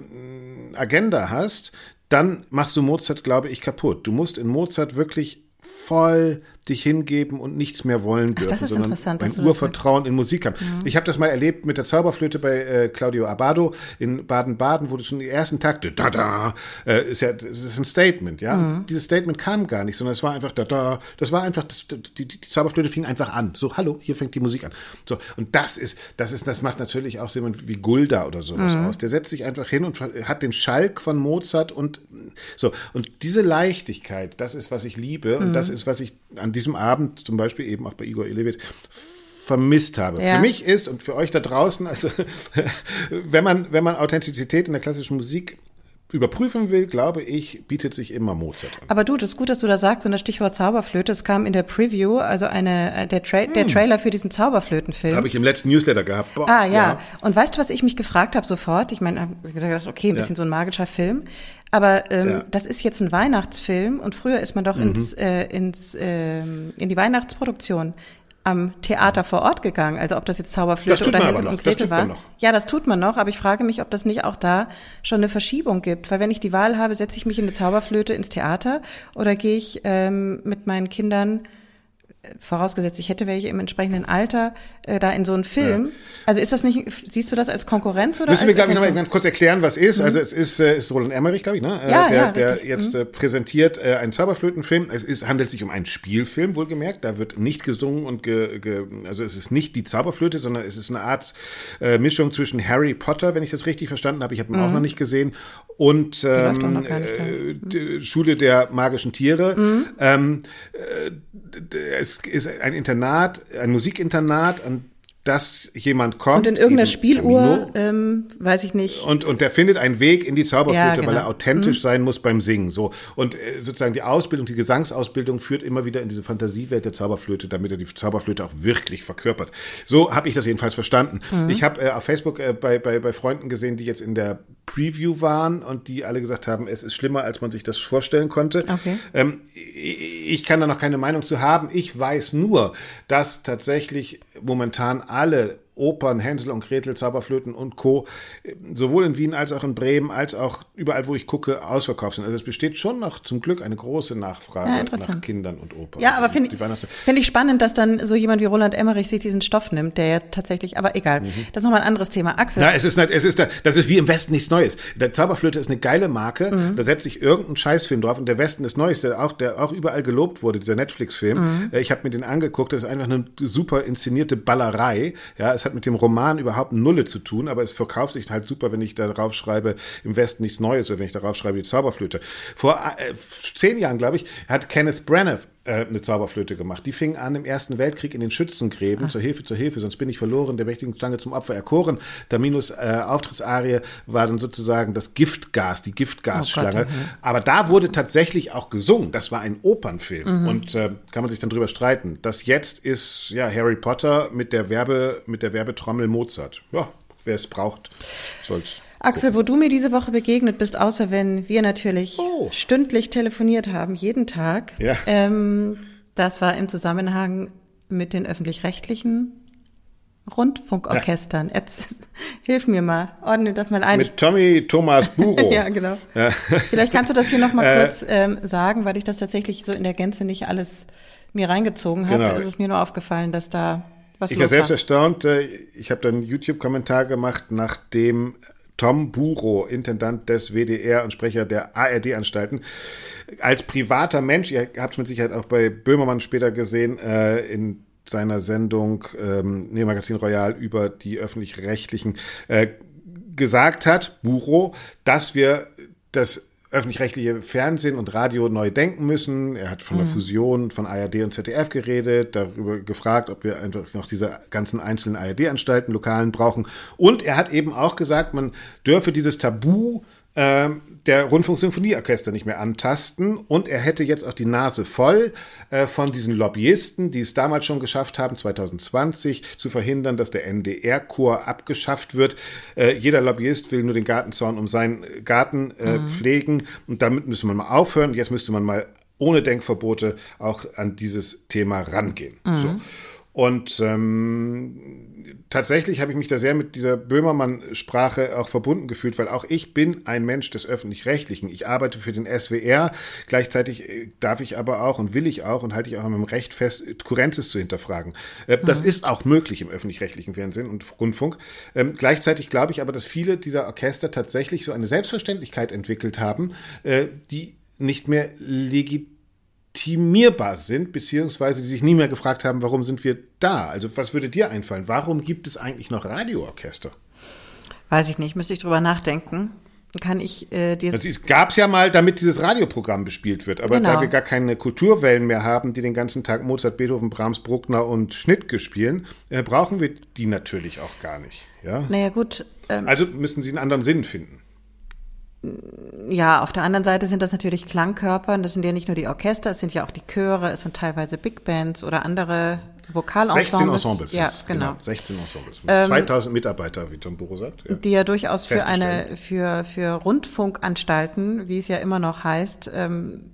Agenda hast, dann machst du Mozart, glaube ich, kaputt. Du musst in Mozart wirklich voll dich hingeben und nichts mehr wollen dürfen, Ach, sondern ein Urvertrauen in Musik haben. Mhm. Ich habe das mal erlebt mit der Zauberflöte bei äh, Claudio Abbado in Baden-Baden, wo du schon die ersten Takte, da da, äh, ist ja, das ist ein Statement, ja. Mhm. Dieses Statement kam gar nicht, sondern es war einfach da da. Das war einfach, das, die, die Zauberflöte fing einfach an. So, hallo, hier fängt die Musik an. So, und das ist, das ist, das macht natürlich auch jemand wie Gulda oder sowas mhm. aus. Der setzt sich einfach hin und hat den Schalk von Mozart und so. Und diese Leichtigkeit, das ist, was ich liebe mhm. und das ist, was ich an diesem Abend, zum Beispiel eben auch bei Igor Levit, vermisst habe. Ja. Für mich ist und für euch da draußen, also wenn man, wenn man Authentizität in der klassischen Musik überprüfen will, glaube ich, bietet sich immer Mozart an. Aber du, das ist gut, dass du das sagst, und das Stichwort Zauberflöte, es kam in der Preview, also eine der, Tra- hm. der Trailer für diesen Zauberflötenfilm. Habe ich im letzten Newsletter gehabt. Boah, ah, ja. ja. Und weißt du, was ich mich gefragt habe sofort? Ich meine, ich habe gedacht, okay, ein bisschen ja. so ein magischer Film, aber ähm, ja. das ist jetzt ein Weihnachtsfilm und früher ist man doch mhm. ins, äh, ins ähm, in die Weihnachtsproduktion am Theater vor Ort gegangen, also ob das jetzt Zauberflöte oder Hänsel und Gretel war. Ja, das tut man noch, aber ich frage mich, ob das nicht auch da schon eine Verschiebung gibt, weil wenn ich die Wahl habe, setze ich mich in eine Zauberflöte ins Theater oder gehe ich ähm, mit meinen Kindern, vorausgesetzt, ich hätte welche im entsprechenden Alter, äh, da in so einen Film. Ja. Also ist das nicht, siehst du das als Konkurrenz oder? Müssen als wir, glaube ich, noch mal ganz kurz erklären, was ist. Mhm. Also es ist, äh, ist Roland Emmerich, glaube ich, ne? Äh, ja, der, ja, der jetzt mhm. äh, präsentiert äh, einen Zauberflötenfilm. Es ist, handelt sich um einen Spielfilm, wohlgemerkt. Da wird nicht gesungen und ge, ge, also es ist nicht die Zauberflöte, sondern es ist eine Art äh, Mischung zwischen Harry Potter, wenn ich das richtig verstanden habe. Ich habe ihn mhm. auch noch nicht gesehen. Und ähm, äh, Schule der magischen Tiere. Mhm. Ähm, äh, es ist ein Internat, ein Musikinternat, an dass jemand kommt. Und in irgendeiner Spieluhr, ähm, weiß ich nicht. Und, und der findet einen Weg in die Zauberflöte, ja, genau. weil er authentisch mhm. sein muss beim Singen. So. Und äh, sozusagen die Ausbildung, die Gesangsausbildung führt immer wieder in diese Fantasiewelt der Zauberflöte, damit er die Zauberflöte auch wirklich verkörpert. So habe ich das jedenfalls verstanden. Mhm. Ich habe äh, auf Facebook äh, bei, bei, bei Freunden gesehen, die jetzt in der Preview waren und die alle gesagt haben, es ist schlimmer, als man sich das vorstellen konnte. Okay. Ähm, ich kann da noch keine Meinung zu haben. Ich weiß nur, dass tatsächlich momentan alle Opern, Hänsel und Gretel, Zauberflöten und Co. sowohl in Wien als auch in Bremen, als auch überall, wo ich gucke, ausverkauft sind. Also es besteht schon noch zum Glück eine große Nachfrage ja, nach Kindern und Opern. Ja, aber finde ich, find ich spannend, dass dann so jemand wie Roland Emmerich sich diesen Stoff nimmt, der ja tatsächlich, aber egal, mhm. das ist nochmal ein anderes Thema. Axel? Na, es ist, nicht, es ist, das ist wie im Westen nichts Neues. Der Zauberflöte ist eine geile Marke, mhm. da setzt sich irgendein Scheißfilm drauf und der Westen ist Neues, der auch, der auch überall gelobt wurde, dieser Netflix-Film. Mhm. Ich habe mir den angeguckt, das ist einfach eine super inszenierte Ballerei. Ja, es hat mit dem Roman überhaupt nulle zu tun, aber es verkauft sich halt super, wenn ich darauf schreibe, im Westen nichts Neues, oder wenn ich darauf schreibe, die Zauberflöte. Vor äh, zehn Jahren, glaube ich, hat Kenneth Branagh äh, eine Zauberflöte gemacht. Die fing an im Ersten Weltkrieg in den Schützengräben, Ach. zur Hilfe, zur Hilfe, sonst bin ich verloren, der mächtigen Stange zum Opfer erkoren. Terminus äh, Auftrittsarie war dann sozusagen das Giftgas, die Giftgasschlange. Oh Gott, mhm. Aber da wurde tatsächlich auch gesungen. Das war ein Opernfilm. Mhm. Und äh, kann man sich dann drüber streiten. Das jetzt ist ja Harry Potter mit der Werbe, mit der Werbetrommel Mozart. Ja, wer es braucht, soll's. Axel, wo du mir diese Woche begegnet bist, außer wenn wir natürlich oh. stündlich telefoniert haben, jeden Tag, ja. ähm, das war im Zusammenhang mit den öffentlich-rechtlichen Rundfunkorchestern. Ja. Jetzt hilf mir mal, ordne das mal ein. Mit Tommy Thomas Buro. Ja, genau. Ja. Vielleicht kannst du das hier nochmal äh, kurz ähm, sagen, weil ich das tatsächlich so in der Gänze nicht alles mir reingezogen habe. Genau. Es ist mir nur aufgefallen, dass da was ich los war selbst war. erstaunt. Ich habe dann einen YouTube-Kommentar gemacht, nachdem Tom Buro, Intendant des W D R und Sprecher der A R D-Anstalten, als privater Mensch, ihr habt es mit Sicherheit auch bei Böhmermann später gesehen, äh, in seiner Sendung ähm, nee, Magazin Royal über die Öffentlich-Rechtlichen äh, gesagt hat, Buro, dass wir das öffentlich-rechtliche Fernsehen und Radio neu denken müssen. Er hat von der Fusion von A R D und Z D F geredet, darüber gefragt, ob wir einfach noch diese ganzen einzelnen A R D-Anstalten, Lokalen brauchen. Und er hat eben auch gesagt, man dürfe dieses Tabu äh, der Rundfunksymphonieorchester nicht mehr antasten. Und er hätte jetzt auch die Nase voll äh, von diesen Lobbyisten, die es damals schon geschafft haben, zwanzig zwanzig zu verhindern, dass der N D R-Chor abgeschafft wird. Äh, jeder Lobbyist will nur den Gartenzaun um seinen Garten äh, mhm. pflegen. Und damit müsste man mal aufhören. Jetzt müsste man mal ohne Denkverbote auch an dieses Thema rangehen. Mhm. So. Und ähm, tatsächlich habe ich mich da sehr mit dieser Böhmermann-Sprache auch verbunden gefühlt, weil auch ich bin ein Mensch des Öffentlich-Rechtlichen. Ich arbeite für den S W R, gleichzeitig darf ich aber auch und will ich auch und halte ich auch an meinem Recht fest, Kurrenzes zu hinterfragen. Äh, das mhm. ist auch möglich im öffentlich-rechtlichen Fernsehen und Rundfunk. Ähm, gleichzeitig glaube ich aber, dass viele dieser Orchester tatsächlich so eine Selbstverständlichkeit entwickelt haben, äh, die nicht mehr legitim legitimierbar sind, beziehungsweise die sich nie mehr gefragt haben, warum sind wir da? Also was würde dir einfallen? Warum gibt es eigentlich noch Radioorchester? Weiß ich nicht, müsste ich drüber nachdenken. Kann ich äh, dir... Also es gab es ja mal, damit dieses Radioprogramm bespielt wird, aber genau. da wir gar keine Kulturwellen mehr haben, die den ganzen Tag Mozart, Beethoven, Brahms, Bruckner und Schnittke spielen, äh, brauchen wir die natürlich auch gar nicht. Ja? Naja gut. Ähm, also müssen sie einen anderen Sinn finden. Ja, auf der anderen Seite sind das natürlich Klangkörper. Das sind ja nicht nur die Orchester, es sind ja auch die Chöre, es sind teilweise Big Bands oder andere Vokalensembles. sechzehn Ensembles. Ja, genau. genau. sechzehn Ensembles. Ähm, zweitausend Mitarbeiter, wie Tom Buro sagt. Ja. Die ja durchaus für eine, für, für Rundfunkanstalten, wie es ja immer noch heißt, ähm,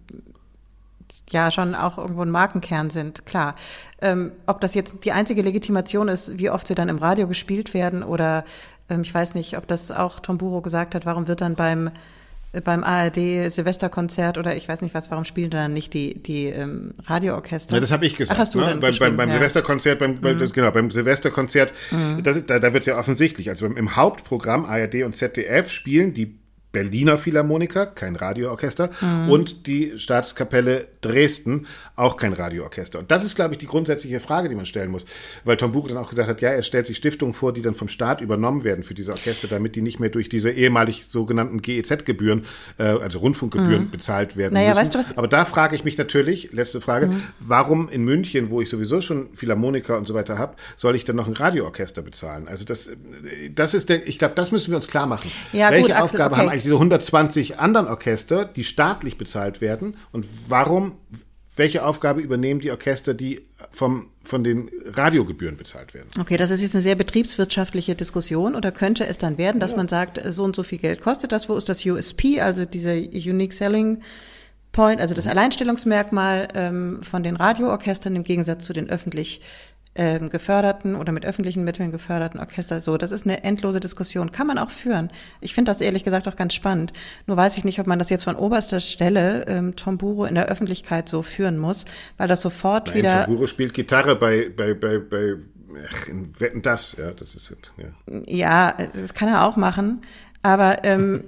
ja schon auch irgendwo ein Markenkern sind, klar. Ähm, ob das jetzt die einzige Legitimation ist, wie oft sie dann im Radio gespielt werden oder ähm, ich weiß nicht, ob das auch Tom Buro gesagt hat, warum wird dann beim äh, beim A R D Silvesterkonzert oder ich weiß nicht was, warum spielen dann nicht die die ähm, Radioorchester? Ja, das habe ich gesagt. Ach, hast du ne? dann beim, beim, beim ja. Silvesterkonzert, beim, mhm. das, genau, beim Silvesterkonzert, mhm. das, da, da wird es ja offensichtlich. Also im Hauptprogramm A R D und Z D F spielen die Berliner Philharmoniker, kein Radioorchester, mhm. und die Staatskapelle Dresden, auch kein Radioorchester. Und das ist, glaube ich, die grundsätzliche Frage, die man stellen muss. Weil Tom Buche dann auch gesagt hat, ja, er stellt sich Stiftungen vor, die dann vom Staat übernommen werden für diese Orchester, damit die nicht mehr durch diese ehemalig sogenannten G E Z-Gebühren, äh, also Rundfunkgebühren, mhm. bezahlt werden naja, müssen. Weißt du, was? Aber da frage ich mich natürlich, letzte Frage, mhm. warum in München, wo ich sowieso schon Philharmoniker und so weiter habe, soll ich dann noch ein Radioorchester bezahlen? Also das, das ist der, ich glaube, das müssen wir uns klar machen. Ja, Welche gut, Axel, Aufgabe okay. haben eigentlich diese hundertzwanzig anderen Orchester, die staatlich bezahlt werden, und warum, welche Aufgabe übernehmen die Orchester, die vom, von den Radiogebühren bezahlt werden? Okay, das ist jetzt eine sehr betriebswirtschaftliche Diskussion, oder könnte es dann werden, dass ja. man sagt, so und so viel Geld kostet das, wo ist das U S P, also dieser Unique Selling Point, also das mhm. Alleinstellungsmerkmal ähm, von den Radioorchestern im Gegensatz zu den öffentlich Ähm, geförderten oder mit öffentlichen Mitteln geförderten Orchester. So, das ist eine endlose Diskussion. Kann man auch führen. Ich finde das ehrlich gesagt auch ganz spannend. Nur weiß ich nicht, ob man das jetzt von oberster Stelle ähm, Tom Buche in der Öffentlichkeit so führen muss, weil das sofort Nein, wieder... Tom Buche spielt Gitarre bei, bei, bei, bei ach, in Wetten, das, ja, das ist ja. Ja, das kann er auch machen, aber ähm,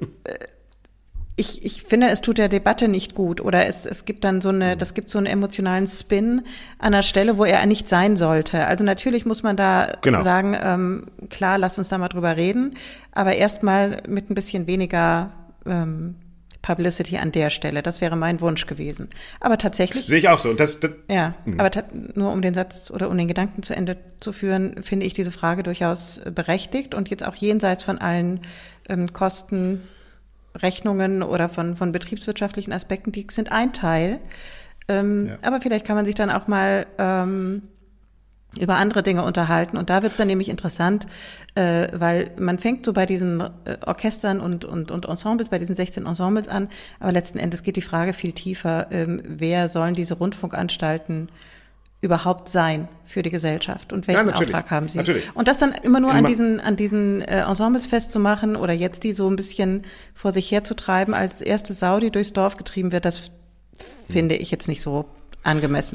Ich, ich finde, es tut der Debatte nicht gut, oder es, es gibt dann so eine, das gibt so einen emotionalen Spin an einer Stelle, wo er nicht sein sollte. Also natürlich muss man da genau. sagen, ähm, klar, lasst uns da mal drüber reden, aber erstmal mit ein bisschen weniger ähm, Publicity an der Stelle. Das wäre mein Wunsch gewesen. Aber tatsächlich. Sehe ich auch so. Und das, das, ja, mh. aber ta- nur um den Satz oder um den Gedanken zu Ende zu führen, finde ich diese Frage durchaus berechtigt und jetzt auch jenseits von allen ähm, Kosten, Rechnungen oder von, von betriebswirtschaftlichen Aspekten, die sind ein Teil. Ähm, ja. Aber vielleicht kann man sich dann auch mal ähm, über andere Dinge unterhalten. Und da wird es dann nämlich interessant, äh, weil man fängt so bei diesen äh, Orchestern und, und, und Ensembles, bei diesen sechzehn Ensembles an. Aber letzten Endes geht die Frage viel tiefer, ähm, wer sollen diese Rundfunkanstalten überhaupt sein für die Gesellschaft und welchen ja, Auftrag haben sie? Natürlich. Und das dann immer nur an diesen an diesen äh, Ensembles festzumachen oder jetzt die so ein bisschen vor sich herzutreiben als erste Sau, die durchs Dorf getrieben wird, das hm. finde ich jetzt nicht so angemessen.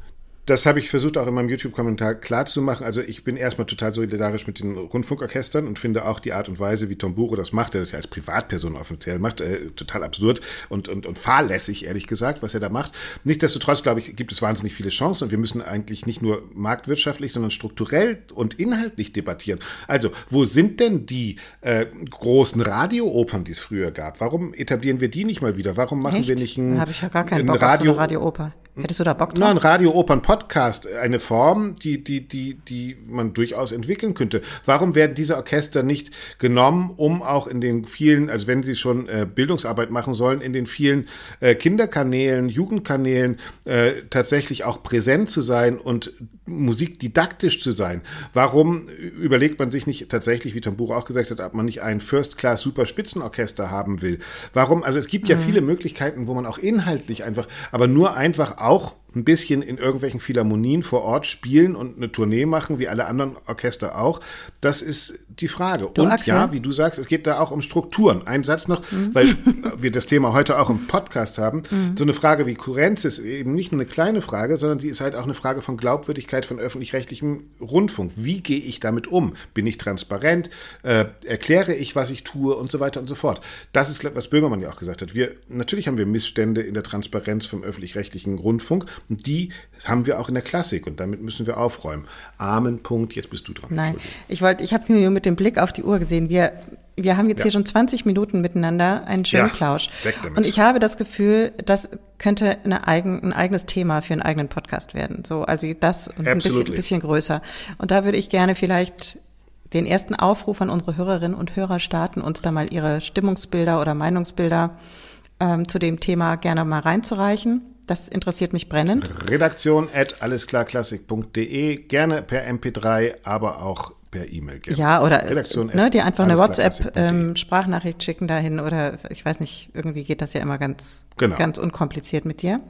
Das habe ich versucht auch in meinem YouTube-Kommentar klar zu machen. Also ich bin erstmal total solidarisch mit den Rundfunkorchestern und finde auch die Art und Weise, wie Tom Buche das macht, der das ja als Privatperson offiziell macht, äh, total absurd und, und, und fahrlässig, ehrlich gesagt, was er da macht. Nichtsdestotrotz, glaube ich, gibt es wahnsinnig viele Chancen und wir müssen eigentlich nicht nur marktwirtschaftlich, sondern strukturell und inhaltlich debattieren. Also, wo sind denn die äh, großen Radioopern, die es früher gab? Warum etablieren wir die nicht mal wieder? Warum machen Echt? wir nicht ein, da habe ich ja gar keinen Bock Radio- auf so eine Radiooper. Hättest du da Bock drauf? Na, ein Radio-Opern-Podcast, eine Form, die, die, die, die man durchaus entwickeln könnte. Warum werden diese Orchester nicht genommen, um auch in den vielen, also wenn sie schon äh, Bildungsarbeit machen sollen, in den vielen äh, Kinderkanälen, Jugendkanälen äh, tatsächlich auch präsent zu sein und musikdidaktisch zu sein? Warum überlegt man sich nicht tatsächlich, wie Tom Buche auch gesagt hat, ob man nicht ein First-Class-Super-Spitzenorchester haben will? Warum? Also es gibt ja mhm. viele Möglichkeiten, wo man auch inhaltlich einfach, aber nur einfach auch ein bisschen in irgendwelchen Philharmonien vor Ort spielen und eine Tournee machen, wie alle anderen Orchester auch. Das ist die Frage. Du, und Axel? Ja, wie du sagst, es geht da auch um Strukturen. Ein Satz noch, mhm. weil wir das Thema heute auch im Podcast haben. Mhm. So eine Frage wie Kohärenz ist eben nicht nur eine kleine Frage, sondern sie ist halt auch eine Frage von Glaubwürdigkeit von öffentlich-rechtlichem Rundfunk. Wie gehe ich damit um? Bin ich transparent? Äh, erkläre ich, was ich tue und so weiter und so fort. Das ist, was Böhmermann ja auch gesagt hat. Wir, natürlich haben wir Missstände in der Transparenz vom öffentlich-rechtlichen Rundfunk. Und die haben wir auch in der Klassik und damit müssen wir aufräumen. Amen, Punkt, jetzt bist du dran. Nein, ich wollte, ich habe nur mit dem Blick auf die Uhr gesehen. Wir, wir haben jetzt ja. hier schon zwanzig Minuten miteinander, einen schönen ja, Plausch. Und ich habe das Gefühl, das könnte eine eigen, ein eigenes Thema für einen eigenen Podcast werden. So, also das und ein bisschen, ein bisschen größer. Und da würde ich gerne vielleicht den ersten Aufruf an unsere Hörerinnen und Hörer starten, uns da mal ihre Stimmungsbilder oder Meinungsbilder ähm, zu dem Thema gerne mal reinzureichen. Das interessiert mich brennend. Redaktion at allesklarklassik punkt de, gerne per M P drei, aber auch per E-Mail. Gerne. Ja, oder Redaktion ne, die einfach eine WhatsApp-Sprachnachricht ähm, schicken dahin oder ich weiß nicht, irgendwie geht das ja immer ganz, genau. ganz unkompliziert mit dir.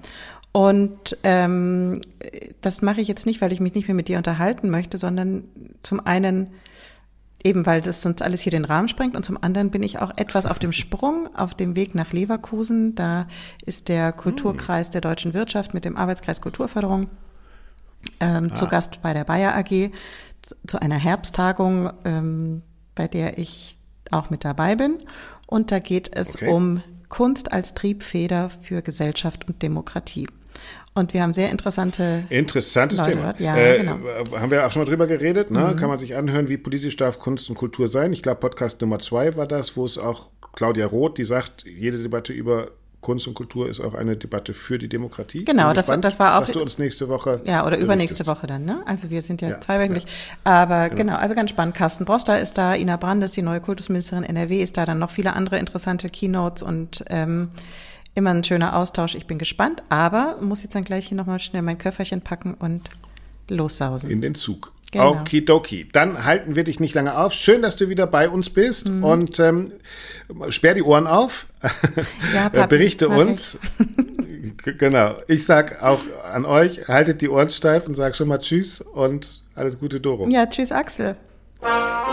Und ähm, das mache ich jetzt nicht, weil ich mich nicht mehr mit dir unterhalten möchte, sondern zum einen eben, weil das sonst alles hier den Rahmen sprengt und zum anderen bin ich auch etwas auf dem Sprung, auf dem Weg nach Leverkusen. Da ist der Kulturkreis der deutschen Wirtschaft mit dem Arbeitskreis Kulturförderung ähm, ah. zu Gast bei der Bayer A G zu, zu einer Herbsttagung, ähm, bei der ich auch mit dabei bin. Und da geht es okay. um Kunst als Triebfeder für Gesellschaft und Demokratie. Und wir haben sehr interessante Interessantes Leute Thema. Dort. Ja, äh, genau. Haben wir auch schon mal drüber geredet, ne? Mhm. Kann man sich anhören, wie politisch darf Kunst und Kultur sein? Ich glaube, Podcast Nummer zwei war das, wo es auch Claudia Roth, die sagt, jede Debatte über Kunst und Kultur ist auch eine Debatte für die Demokratie. Genau, das, gespannt, das war auch. Was du uns nächste Woche. Ja, oder übernächste Woche dann, ne? Also wir sind ja, ja zweiwöchentlich. Ja. Aber genau. genau, also ganz spannend. Carsten Broster ist da, Ina Brandes, die neue Kultusministerin N R W, ist da, dann noch viele andere interessante Keynotes und ähm, immer ein schöner Austausch. Ich bin gespannt, aber muss jetzt dann gleich hier nochmal schnell mein Köfferchen packen und lossausen. In den Zug. Genau. Okidoki. Dann halten wir dich nicht lange auf. Schön, dass du wieder bei uns bist mhm. und ähm, sperr die Ohren auf. Ja, Papi, berichte uns. Genau. Ich sag auch an euch, haltet die Ohren steif und sag schon mal Tschüss und alles Gute, Doro. Ja, tschüss, Axel.